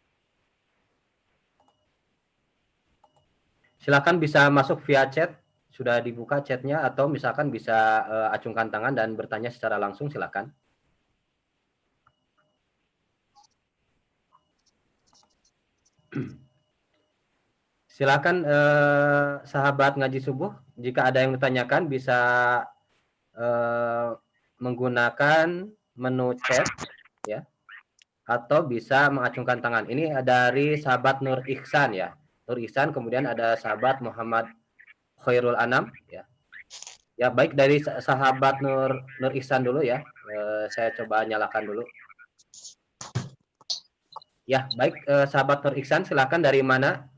Silakan bisa masuk via chat, sudah dibuka chatnya, atau misalkan bisa uh, acungkan tangan dan bertanya secara langsung, silakan. Silakan eh, sahabat ngaji subuh, jika ada yang ditanyakan bisa eh, menggunakan menu chat, ya, atau bisa mengacungkan tangan. Ini dari sahabat Nur Ihsan, ya, Nur Ihsan. Kemudian ada sahabat Muhammad Khairul Anam, ya. Ya, baik, dari sahabat Nur Nur Ihsan dulu, ya. Eh, saya coba nyalakan dulu. Ya, baik, eh, sahabat Nur Ihsan, silakan, dari mana?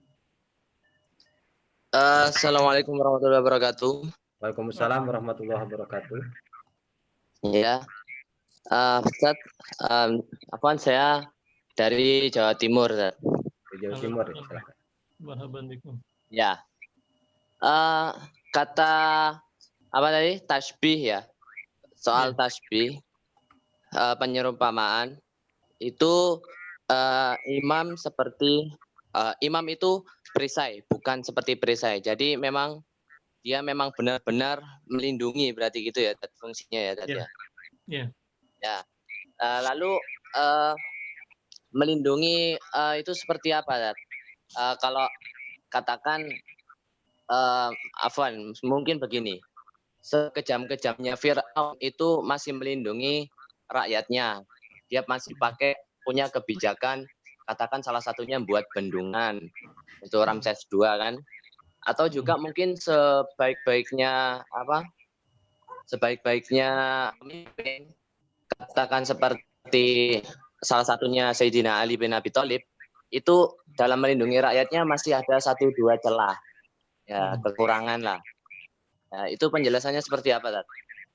Uh, Assalamualaikum warahmatullahi wabarakatuh. Waalaikumsalam warahmatullahi wabarakatuh. Ya, uh, Ustaz, um, apaan saya dari Jawa Timur, Ustaz. Dari Jawa Timur, ya, silakan. Ya, uh, kata apa tadi, tasbih, ya, soal ya. Tasbih, uh, penyerumpamaan itu uh, imam seperti uh, imam itu perisai, bukan seperti perisai. Jadi memang dia memang benar-benar melindungi, berarti gitu ya fungsinya ya tadi ya. Yeah. Ya. Uh, lalu uh, melindungi uh, itu seperti apa, Dad? Uh, kalau katakan uh, afwan, mungkin begini. Sekejam-kejamnya Fir'aun itu masih melindungi rakyatnya. Dia masih pakai punya kebijakan, katakan salah satunya buat bendungan. Itu Ramses dua kan, atau juga mungkin sebaik-baiknya apa sebaik-baiknya pemimpin, katakan seperti salah satunya Sayyidina Ali bin Abi Thalib, itu dalam melindungi rakyatnya masih ada satu dua celah, ya, kekurangan lah. Ya, itu penjelasannya seperti apa, Tat?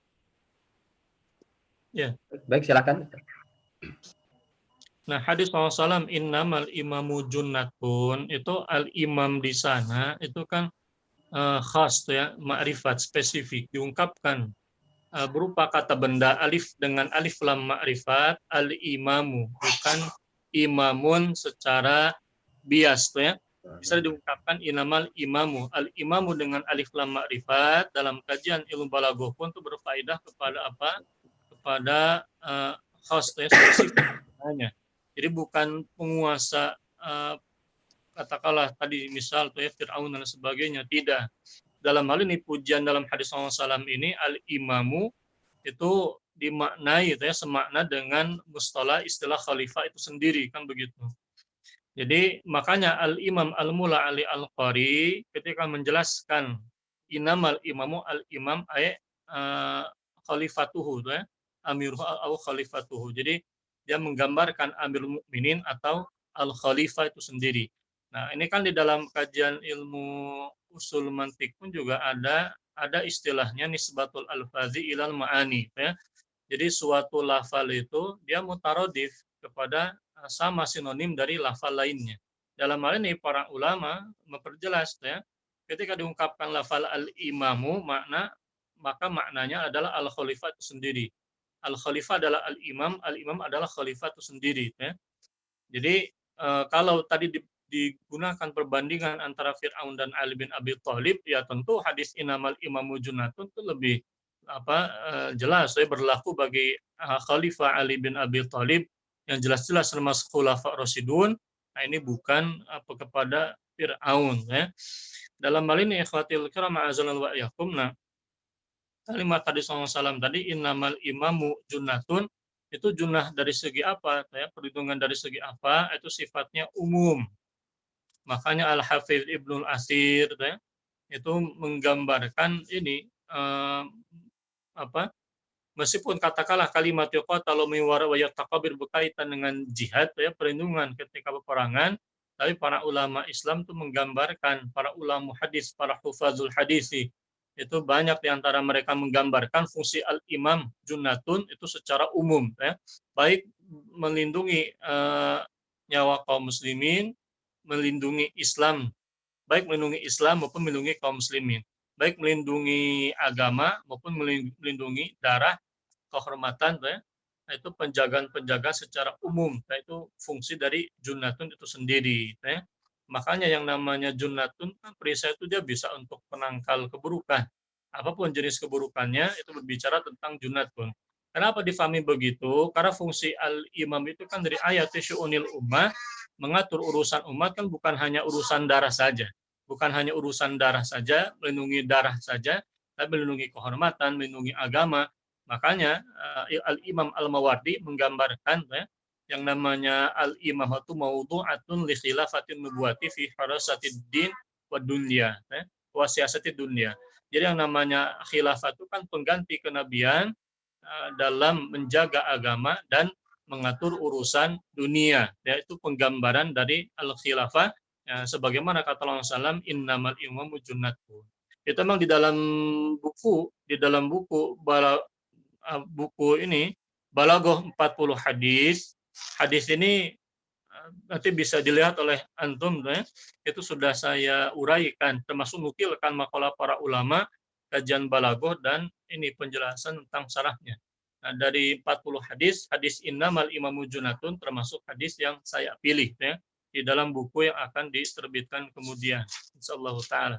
Ya, baik, silakan. Nah, hadis Rasulullah innamal imamu junnatun, itu al-imam di sana itu kan uh, khas, ya, ma'rifat, spesifik, diungkapkan uh, berupa kata benda alif dengan alif lam ma'rifat, al-imamu, bukan imamun secara bias, ya. Bisa diungkapkan innamal imamu, al-imamu dengan alif lam ma'rifat dalam kajian ilmu balaghah pun itu berfaedah kepada apa? Kepada uh, khas, ya, spesifik. Jadi bukan penguasa, uh, katakanlah tadi misal tuh ya Fir'aun dan sebagainya, tidak. Dalam hal ini pujian dalam hadis Rasulullah shallallahu alaihi wasallam ini al-imamu itu dimaknai, ya, semakna dengan mustalah istilah khalifah itu sendiri, kan begitu. Jadi makanya al-imam al-mula ali al-qari ketika menjelaskan inamal imamu al-imam ay uh, khalifatuhu, ya, amiruhu au khalifatuhu. Jadi dia menggambarkan Amirul Mukminin atau Al-Khalifah itu sendiri. Nah, ini kan di dalam kajian ilmu usul mantik pun juga ada ada istilahnya nisbatul alfazi ilal ma'ani, ya. Jadi suatu lafal itu dia mutarodif kepada sama sinonim dari lafal lainnya. Dalam hal ini para ulama memperjelas, ya, ketika diungkapkan lafal al-imamu makna, maka maknanya adalah al-khalifah itu sendiri. Al-khalifah adalah al-imam, al-imam adalah khalifah itu sendiri, ya. Jadi uh, kalau tadi di, digunakan perbandingan antara Fir'aun dan Ali bin Abi Thalib, ya tentu hadis inamal imamu junnatun itu lebih apa uh, jelas, ya, berlaku bagi uh, Khalifah Ali bin Abi Thalib yang jelas-jelas termasuk khulafa rasyidun. Nah, ini bukan apa kepada Fir'aun ya. Dalam hal ini ikhwatil kiram a'azallahu wa iyyakum, nah kalimat tadi sallallahu alaihi wasallam tadi innamal imamu junnatun, itu junnah dari segi apa ya, perlindungan dari segi apa, itu sifatnya umum. Makanya Al-Hafidz Ibnul Athir ya, itu menggambarkan ini eh, apa, meskipun katakanlah kalimat yuqatalu min wara'i taqabir berkaitan dengan jihad ya, perlindungan ketika peperangan, tapi para ulama Islam itu menggambarkan, para ulama hadis, para hufazul hadisi, itu banyak di antara mereka menggambarkan fungsi al-imam junnatun itu secara umum ya, baik melindungi eh, nyawa kaum muslimin, melindungi Islam, baik melindungi Islam maupun melindungi kaum muslimin, baik melindungi agama maupun melindungi darah, kehormatan ya, itu penjagaan-penjagaan secara umum, yaitu fungsi dari junnatun itu sendiri ya. Makanya yang namanya junnatun kan perisai itu dia bisa untuk penangkal keburukan. Apapun jenis keburukannya itu berbicara tentang junnatun. Kenapa difahami begitu? Karena fungsi al-imam itu kan dari ayat syu'unil ummah, mengatur urusan umat kan bukan hanya urusan darah saja. Bukan hanya urusan darah saja, melindungi darah saja, tapi melindungi kehormatan, melindungi agama. Makanya uh, Al-Imam Al-Mawardi menggambarkan ya, yang namanya al-imam itu mawdu'atun li khilafatin nubuwati fi harasatid din wa dunya ya, wa siyasatid dunya. Jadi yang namanya khilafah itu kan pengganti kenabian uh, dalam menjaga agama dan mengatur urusan dunia. Yaitu penggambaran dari al-khilafah ya, sebagaimana kata Allah sallallahu alaihi wasallam innamal imamu junnatun. Itu memang di dalam buku di dalam buku bala, uh, buku ini Balaghah empat puluh hadis. Hadis ini nanti bisa dilihat oleh antum ya. Itu sudah saya uraikan, termasuk nukilkan makalah para ulama, kajian Balaghah dan ini penjelasan tentang syarahnya. Nah, dari empat puluh hadis, hadis innamal imamu junnatun termasuk hadis yang saya pilih ya di dalam buku yang akan diterbitkan kemudian. Insyaallah taala.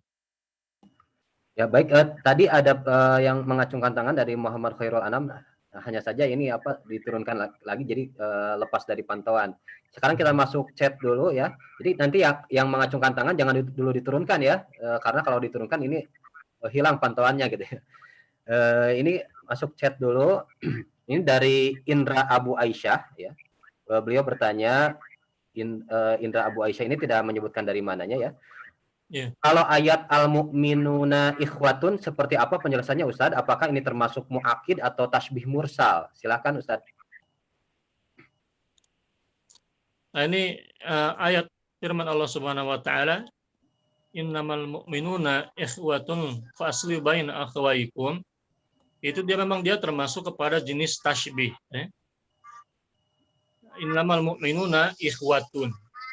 Ya baik, eh, tadi ada eh, yang mengacungkan tangan dari Muhammad Khairul Anam. Nah, hanya saja ini apa diturunkan lagi jadi uh, lepas dari pantauan. Sekarang kita masuk chat dulu ya. Jadi nanti yang yang mengacungkan tangan jangan dulu diturunkan ya, uh, karena kalau diturunkan ini uh, hilang pantauannya gitu ya. Uh, ini masuk chat dulu. Ini dari Indra Abu Aisyah ya. Uh, beliau bertanya, in, uh, Indra Abu Aisyah ini tidak menyebutkan dari mananya ya. Yeah. Kalau ayat al-mu'minuna ikhwatun seperti apa penjelasannya Ustadz? Apakah ini termasuk mu'akid atau tasbih mursal? Silakan Ustadz. Nah, ini uh, ayat firman Allah Subhanahu wa taala, innamal mu'minuna ikhwatun fa'aslihu baina akhawaykum. Itu dia memang dia termasuk kepada jenis tasbih, eh? Innamal mu'minuna ikhwatun.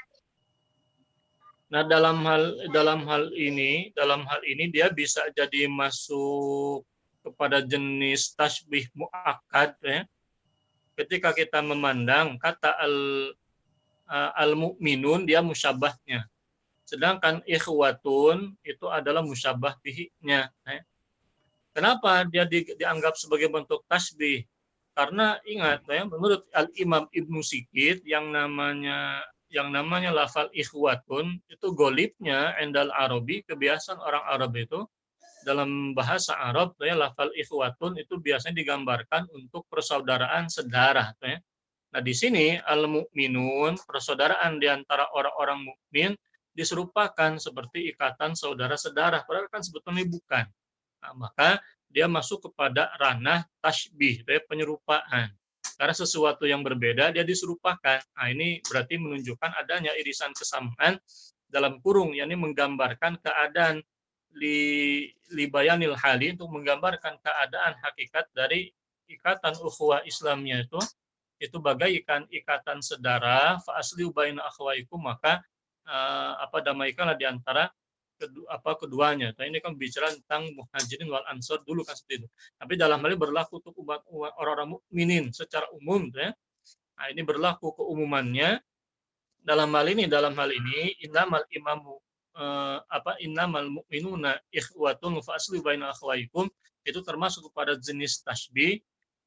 Nah, dalam hal dalam hal ini, dalam hal ini dia bisa jadi masuk kepada jenis tasbih muakkad ya. Ketika kita memandang kata al al-mu'minun dia musyabahnya. Sedangkan ikhwatun itu adalah musyabah bihnya ya. Kenapa dia di, dianggap sebagai bentuk tasbih? Karena ingat ya, menurut Al-Imam Ibnu Sikit yang namanya yang namanya lafal ikhwatun itu golibnya endal Arabi, kebiasaan orang Arab itu dalam bahasa Arab ya, lafal ikhwatun itu biasanya digambarkan untuk persaudaraan sedarah ya. Nah di sini al-mu'minun, persaudaraan di antara orang-orang mukmin diserupakan seperti ikatan saudara sedarah, padahal kan sebetulnya bukan. Nah, maka dia masuk kepada ranah tasbih ya, penyerupaan. Karena sesuatu yang berbeda dia diserupakan. Nah, ini berarti menunjukkan adanya irisan kesamaan dalam kurung, yakni menggambarkan keadaan li libayanil hali, untuk menggambarkan keadaan hakikat dari ikatan ukhuwah Islamnya itu itu bagaikan ikatan sedara, fa aslihu baina akhwaikum, maka uh, apa damaikanlah di antara kedua, apa keduanya. Nah, ini kan bicara tentang muhajirin wal ansor dulu kan seperti itu. Tapi dalam hal ini berlaku untuk umat, umat orang-orang mukminin secara umum ya. Nah, ini berlaku keumumannya. Dalam hal ini dalam hal ini innamal imamu eh, apa innamal mu'minuna ikhwatun fa aslihu baina akhwaikum itu termasuk kepada jenis tasbih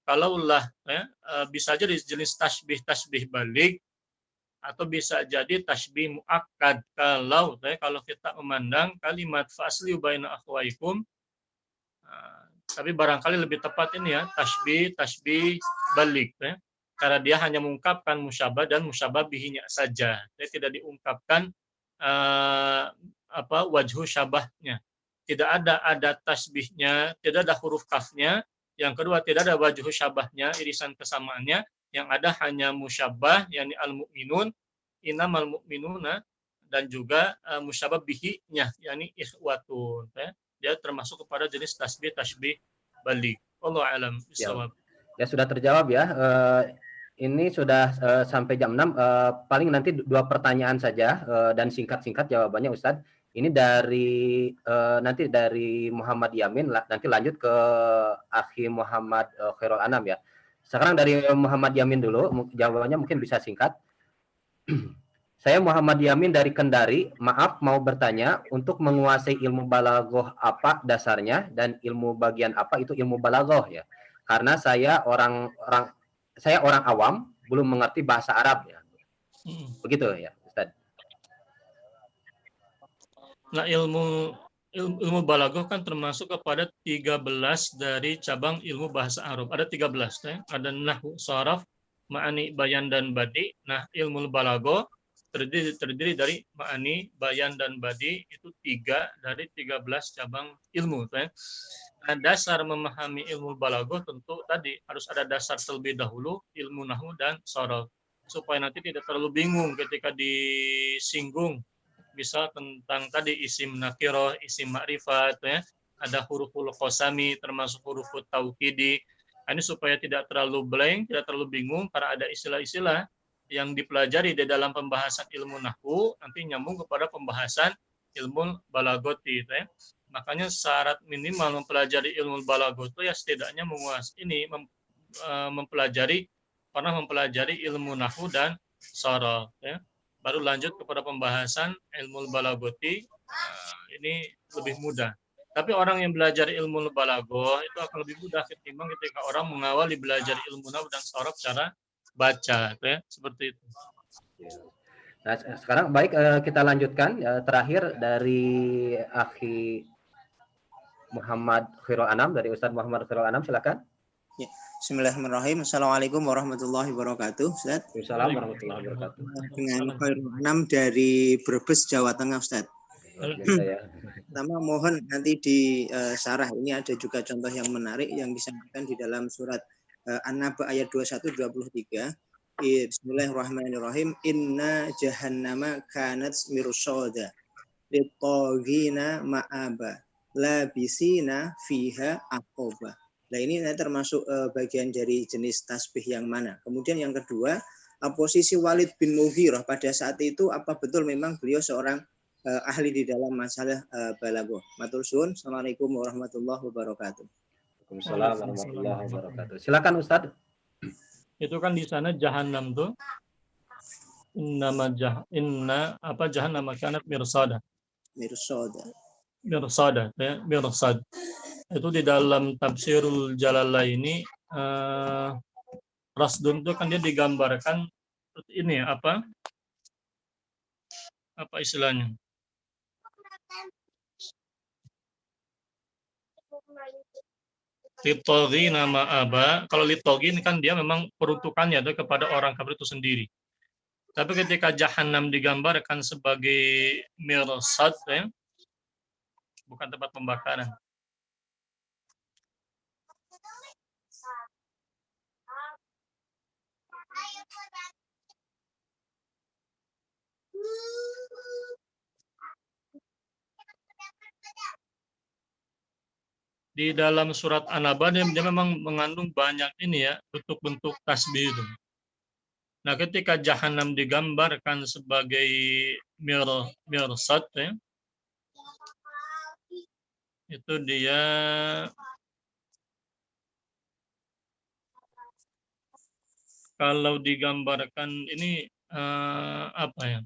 kalaulah ya, uh, bisa jadi jenis tasbih tasbih balik atau bisa jadi tasbih muakkad kalau ya, kalau kita memandang kalimat fasliu baina akhwaikum, uh, tapi barangkali lebih tepat ini ya tasbih tasbih balik ya. Karena dia hanya mengungkapkan musyabah dan musyabah bihinya saja. Dia tidak diungkapkan uh, apa wajhu syabahnya. Tidak ada ada tasbihnya, tidak ada huruf kafnya. Yang kedua tidak ada wajhu syabahnya, irisan kesamaannya. Yang ada hanya musyabah, yakni al-mu'minun, inamal mu'minuna, dan juga uh, musyabah bihinya, yakni ikhwatun. Ya. Dia termasuk kepada jenis tasbih tasbih balik. Wallahu a'lam bishawab. Ya, ya sudah terjawab ya. Uh, ini sudah uh, sampai jam enam. Uh, paling nanti dua pertanyaan saja uh, dan singkat-singkat jawabannya Ustadz. Ini dari uh, nanti dari Muhammad Yamin, nanti lanjut ke Akhi Muhammad uh, Khairul Anam ya. Sekarang dari Muhammad Yamin dulu, jawabannya mungkin bisa singkat. Saya Muhammad Yamin dari Kendari. Maaf mau bertanya, untuk menguasai ilmu balaghah apa dasarnya dan ilmu bagian apa itu ilmu balaghah ya? Karena saya orang orang saya orang awam, belum mengerti bahasa Arab ya. Begitu ya, Ustaz. Nah, ilmu ilmu, ilmu balaghah kan termasuk kepada tiga belas dari cabang ilmu bahasa Arab. Ada tiga belas ya. Ada nahwu, sharaf, ma'ani, bayan dan badi. Nah, ilmu balaghah terdiri terdiri dari ma'ani, bayan dan badi, itu tiga dari tiga belas cabang ilmu ya. Nah, dasar memahami ilmu balaghah tentu tadi harus ada dasar terlebih dahulu, ilmu nahwu dan sharaf, supaya nanti tidak terlalu bingung ketika disinggung bisa tentang tadi isim nakirah, isim ma'rifat ya, ada huruf-huruf qasami termasuk huruf taukidi. Ini supaya tidak terlalu blank, tidak terlalu bingung karena ada istilah-istilah yang dipelajari di dalam pembahasan ilmu nahwu nanti nyambung kepada pembahasan ilmu balaghah ya. Makanya syarat minimal mempelajari ilmu balaghah itu ya setidaknya menguasai ini mem, uh, mempelajari pernah mempelajari ilmu nahwu dan sharaf ya. Baru lanjut kepada pembahasan ilmu balaghati, uh, ini lebih mudah. Tapi orang yang belajar ilmu balaghah itu akan lebih mudah ketimbang ketika orang mengawali belajar ilmu nahwu dan sharaf cara baca ya, seperti itu. Nah, sekarang baik kita lanjutkan terakhir dari Akhi Muhammad Khairul Anam, dari Ustadz Muhammad Khairul Anam, silakan. Ya. Bismillahirrahmanirrahim. Assalamualaikum warahmatullahi wabarakatuh, Ustaz. Waalaikumsalam warahmatullahi wabarakatuh. Dengan Khairul Anam dari Brebes, Jawa Tengah, Ustaz. Pertama mohon nanti di uh, sarah ini ada juga contoh yang menarik yang disampaikan di dalam surat uh, An-Naba ayat dua puluh satu dua puluh tiga. Bismillahirrahmanirrahim. Inna jahannama kanat mirsada lit-taghina ma'aba labisina fiha aqoba. Nah ini termasuk uh, bagian dari jenis tasbih yang mana. Kemudian yang kedua, uh, posisi Walid bin Mughirah pada saat itu apa betul memang beliau seorang uh, ahli di dalam masalah uh, balaghah. Matur suwun. Assalamualaikum warahmatullahi wabarakatuh. Waalaikumsalam warahmatullahi wabarakatuh. Silakan Ustaz. Itu kan di sana jahanam tuh. Inna jah inna apa jahannam kanat mirsada. Mirsada. Mirsada ya, mirsad. Itu di dalam tafsirul Jalalaini uh, Rasdun itu kan dia digambarkan ini apa apa istilahnya litogi nama aba. Kalau litogi ini kan dia memang peruntukannya itu kepada orang kafir itu sendiri. Tapi ketika jahanam digambarkan sebagai mirsad ya, bukan tempat pembakaran. Di dalam surat An-Naba dia, dia memang mengandung banyak ini ya bentuk-bentuk tasbih itu. Nah, ketika jahanam digambarkan sebagai mir mirsad ya, itu dia kalau digambarkan ini uh, apa ya?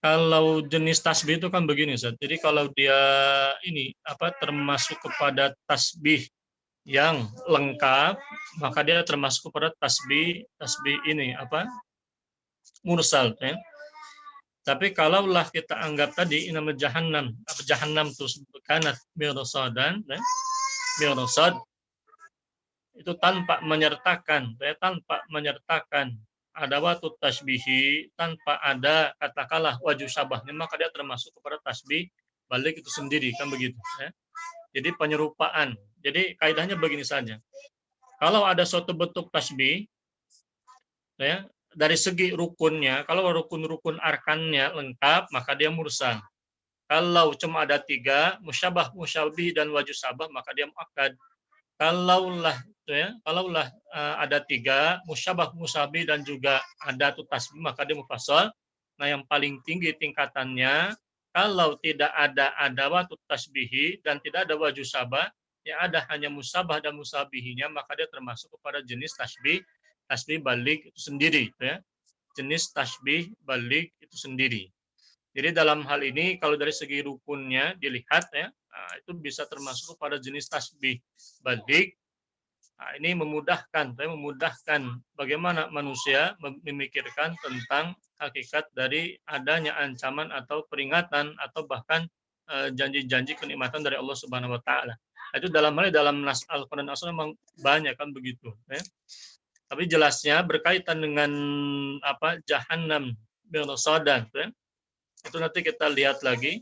kalau jenis tasbih itu kan begini, Ustaz. Jadi kalau dia ini apa termasuk kepada tasbih yang lengkap, maka dia termasuk kepada tasbih tasbih ini apa mursal, ya. Tapi kalaulah kita anggap tadi nama jahannam, apa jahannam itu kanat mirsadan, ya, mirsad itu tanpa menyertakan, ya, tanpa menyertakan ada waktu tasbihi, tanpa ada katakanlah wajah syabahnya, maka dia termasuk kepada tasbih balik itu sendiri, kan begitu, ya. Jadi penyerupaan. Jadi kaidahnya begini saja. Kalau ada suatu bentuk tasbih, ya, dari segi rukunnya, kalau rukun-rukun arkannya lengkap, maka dia mursal. Kalau cuma ada tiga, musyabah, musyabih, dan wajah syabah, maka dia muakkad. Kalaulah ya, kalaulah uh, ada tiga, musyabah, musyabih, dan juga ada tu tasbih, maka dia mufassal. Nah, yang paling tinggi tingkatannya, kalau tidak ada adawatut tasbihi dan tidak ada wajah syabah, yang ada hanya musabah dan musabihinya, maka dia termasuk kepada jenis tasbih, tasbih balik itu sendiri, ya. Jenis tasbih balik itu sendiri. Jadi dalam hal ini kalau dari segi rukunnya dilihat, ya, nah, itu bisa termasuk pada jenis tasbih balik. Nah, ini memudahkan, ya, memudahkan bagaimana manusia memikirkan tentang hakikat dari adanya ancaman atau peringatan atau bahkan uh, janji-janji kenikmatan dari Allah Subhanahu Wa Taala. Nah, itu dalam hal dalam nas Al-Quran As memang banyak kan begitu. Ya. Tapi jelasnya berkaitan dengan apa jahannam mirsadan, ya. Itu nanti kita lihat lagi.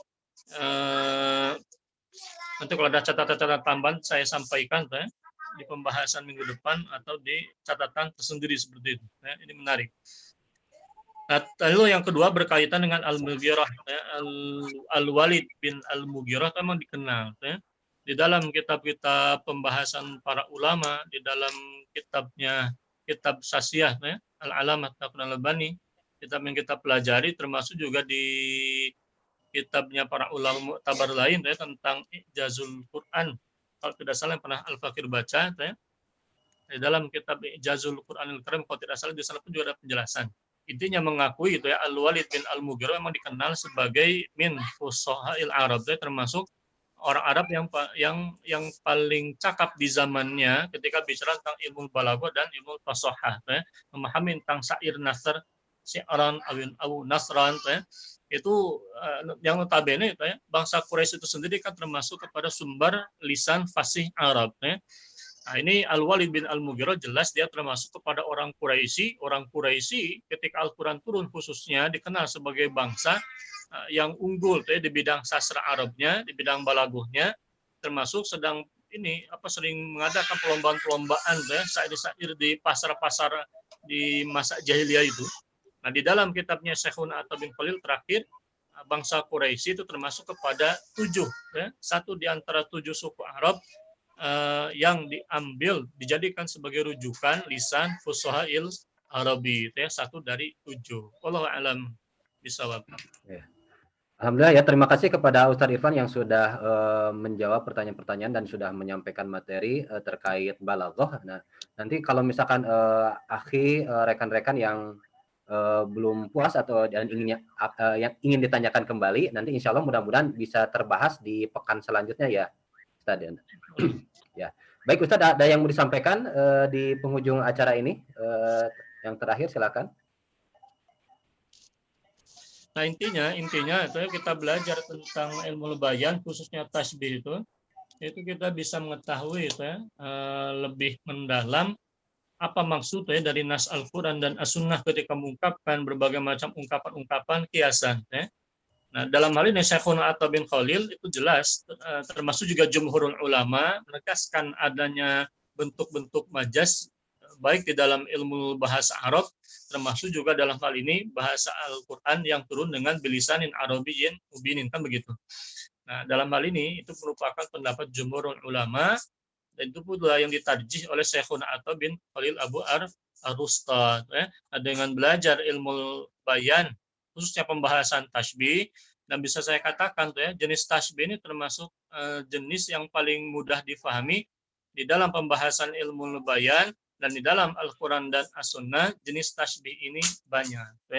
Uh, nanti kalau ada catatan-catatan tambahan saya sampaikan, ya, di pembahasan minggu depan atau di catatan tersendiri seperti itu. Ya, ini menarik. Nah, lalu yang kedua berkaitan dengan Al-Mughirah, ya, Al-Walid bin Al-Mughirah memang dikenal, ya. Di dalam kitab-kitab pembahasan para ulama, di dalam kitabnya kitab Sasiyah, ya, Al-Alamat Al-Albani, kitab yang kita pelajari, termasuk juga di kitabnya para ulama muktabar lain, ya, tentang Ijazul Quran. Kalau tidak salah yang pernah Al-Fakir baca, ya, di dalam kitab Ijazul Quranil Karim, kalau tidak salah di sana pun juga ada penjelasan. Intinya mengakui itu, ya, Al-Walid bin Al-Mughirah memang dikenal sebagai min fusahail Arab, ya, termasuk orang Arab yang yang yang paling cakap di zamannya ketika bicara tentang ilmu balaghah dan ilmu fasahah, ya, memahami tentang syair nasr, syi'ran awin aw nasran, ya. Itu uh, yang notabene itu, ya, bangsa Quraisy itu sendiri kan termasuk kepada sumber lisan fasih Arab, ya. Nah, ini Al-Walid bin Al-Mughirah jelas dia termasuk kepada orang Quraisy. Orang Quraisy ketika Al-Quran turun khususnya dikenal sebagai bangsa uh, yang unggul, ya, di bidang sastra Arabnya, di bidang balaghahnya, termasuk sedang ini apa sering mengadakan perlombaan-perlombaan, ya, syair-syair di pasar-pasar di masa jahiliyah itu. Nah, di dalam kitabnya Syekhun Atta bin Khalil terakhir, bangsa Quraisy itu termasuk kepada tujuh, ya, satu di antara tujuh suku Arab uh, yang diambil, dijadikan sebagai rujukan lisan fusahail Arabi, ya, satu dari tujuh. Wallahu a'lam bishawab. Ya. Alhamdulillah, ya, terima kasih kepada Ustadz Irfan yang sudah uh, menjawab pertanyaan-pertanyaan dan sudah menyampaikan materi uh, terkait balaghah. Nah, nanti kalau misalkan uh, akhi uh, rekan-rekan yang Uh, belum puas atau dan ingin uh, yang ingin ditanyakan kembali, nanti insya Allah mudah-mudahan bisa terbahas di pekan selanjutnya, ya, Ustadz. Ya, baik Ustadz, ada yang mau disampaikan uh, di penghujung acara ini? Uh, yang terakhir silakan. Nah, intinya intinya itu kita belajar tentang ilmu bayan khususnya tasbih itu, itu kita bisa mengetahui itu, ya, uh, lebih mendalam apa maksud, ya, dari nas Al-Quran dan As-Sunnah ketika mengungkapkan berbagai macam ungkapan-ungkapan kiasan, ya. Nah, dalam hal ini Syekhuna Atta bin Khalil itu jelas, termasuk juga jumhurul ulama, menegaskan adanya bentuk-bentuk majas, baik di dalam ilmu bahasa Arab, termasuk juga dalam hal ini bahasa Al-Quran yang turun dengan bilisanin Arabiyyin mubinin, kan begitu. Nah, dalam hal ini itu merupakan pendapat jumhurul ulama, dan itu pula yang ditarjih oleh Syekhuna Atta bin Khalil Abu Ar-Rustad, ya. Nah, dengan belajar ilmu bayan, khususnya pembahasan tasbih, dan bisa saya katakan tuh, ya, jenis tasbih ini termasuk uh, jenis yang paling mudah difahami di dalam pembahasan ilmu bayan, dan di dalam Al-Quran dan As-Sunnah jenis tasbih ini banyak, tuh, ya.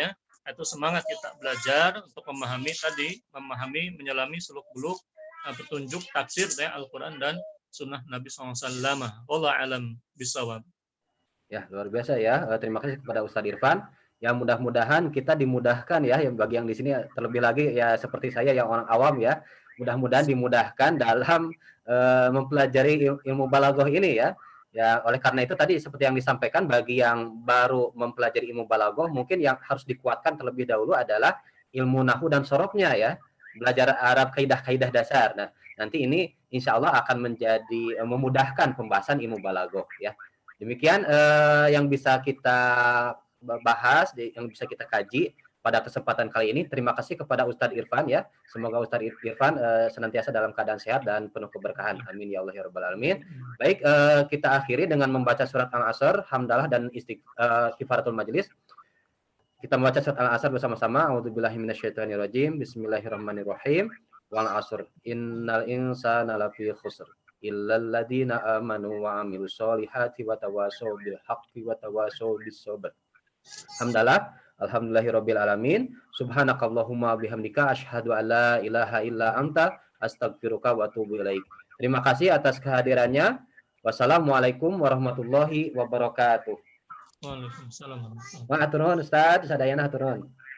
Itu semangat kita belajar untuk memahami tadi, memahami, menyelami seluk-beluk uh, petunjuk tafsir dari Al-Quran dan Sunnah Nabi shallallahu alaihi wasallam. Wallahu alam bisawab. Ya, luar biasa ya. Uh, terima kasih kepada Ustadz Irfan. Ya, mudah-mudahan kita dimudahkan ya, yang bagi yang di sini terlebih lagi ya seperti saya yang orang awam ya, mudah-mudahan dimudahkan dalam uh, mempelajari il ilmu balaghah ini ya. Ya, oleh karena itu tadi seperti yang disampaikan, bagi yang baru mempelajari ilmu balaghah mungkin yang harus dikuatkan terlebih dahulu adalah ilmu nahwu dan sorofnya ya. Belajar Arab kaidah-kaidah dasar. Nah, nanti ini insya Allah akan menjadi uh, memudahkan pembahasan ilmu balaghah ya. Demikian uh, yang bisa kita bahas, yang bisa kita kaji pada kesempatan kali ini. Terima kasih kepada Ustadz Irfan ya. Semoga Ustadz Irfan uh, senantiasa dalam keadaan sehat dan penuh keberkahan. Amin ya Allah ya rabbal alamin. Baik, uh, kita akhiri dengan membaca surat Al-Asr, hamdalah dan istighfaratul majlis. Kita membaca surat Al-Asr bersama-sama. A'udzubillahi minasyaitonirrajim. Bismillahirrahmanirrahim. Wal 'asr. Innal insana lafi khusr. Illal ladzina amanu wa 'amilus solihati wa tawasaw bil haqqi wa tawasaw bis sabr. Hamdalah, alhamdulillahirabbil alamin. Subhanakallahumma bihamdika asyhadu an la ilaha illa anta astaghfiruka wa atubu ilaik. Terima kasih atas kehadirannya. Wassalamualaikum warahmatullahi wabarakatuh. Waalaikumsalam. Wa aturun Ustaz, sadayana aturun.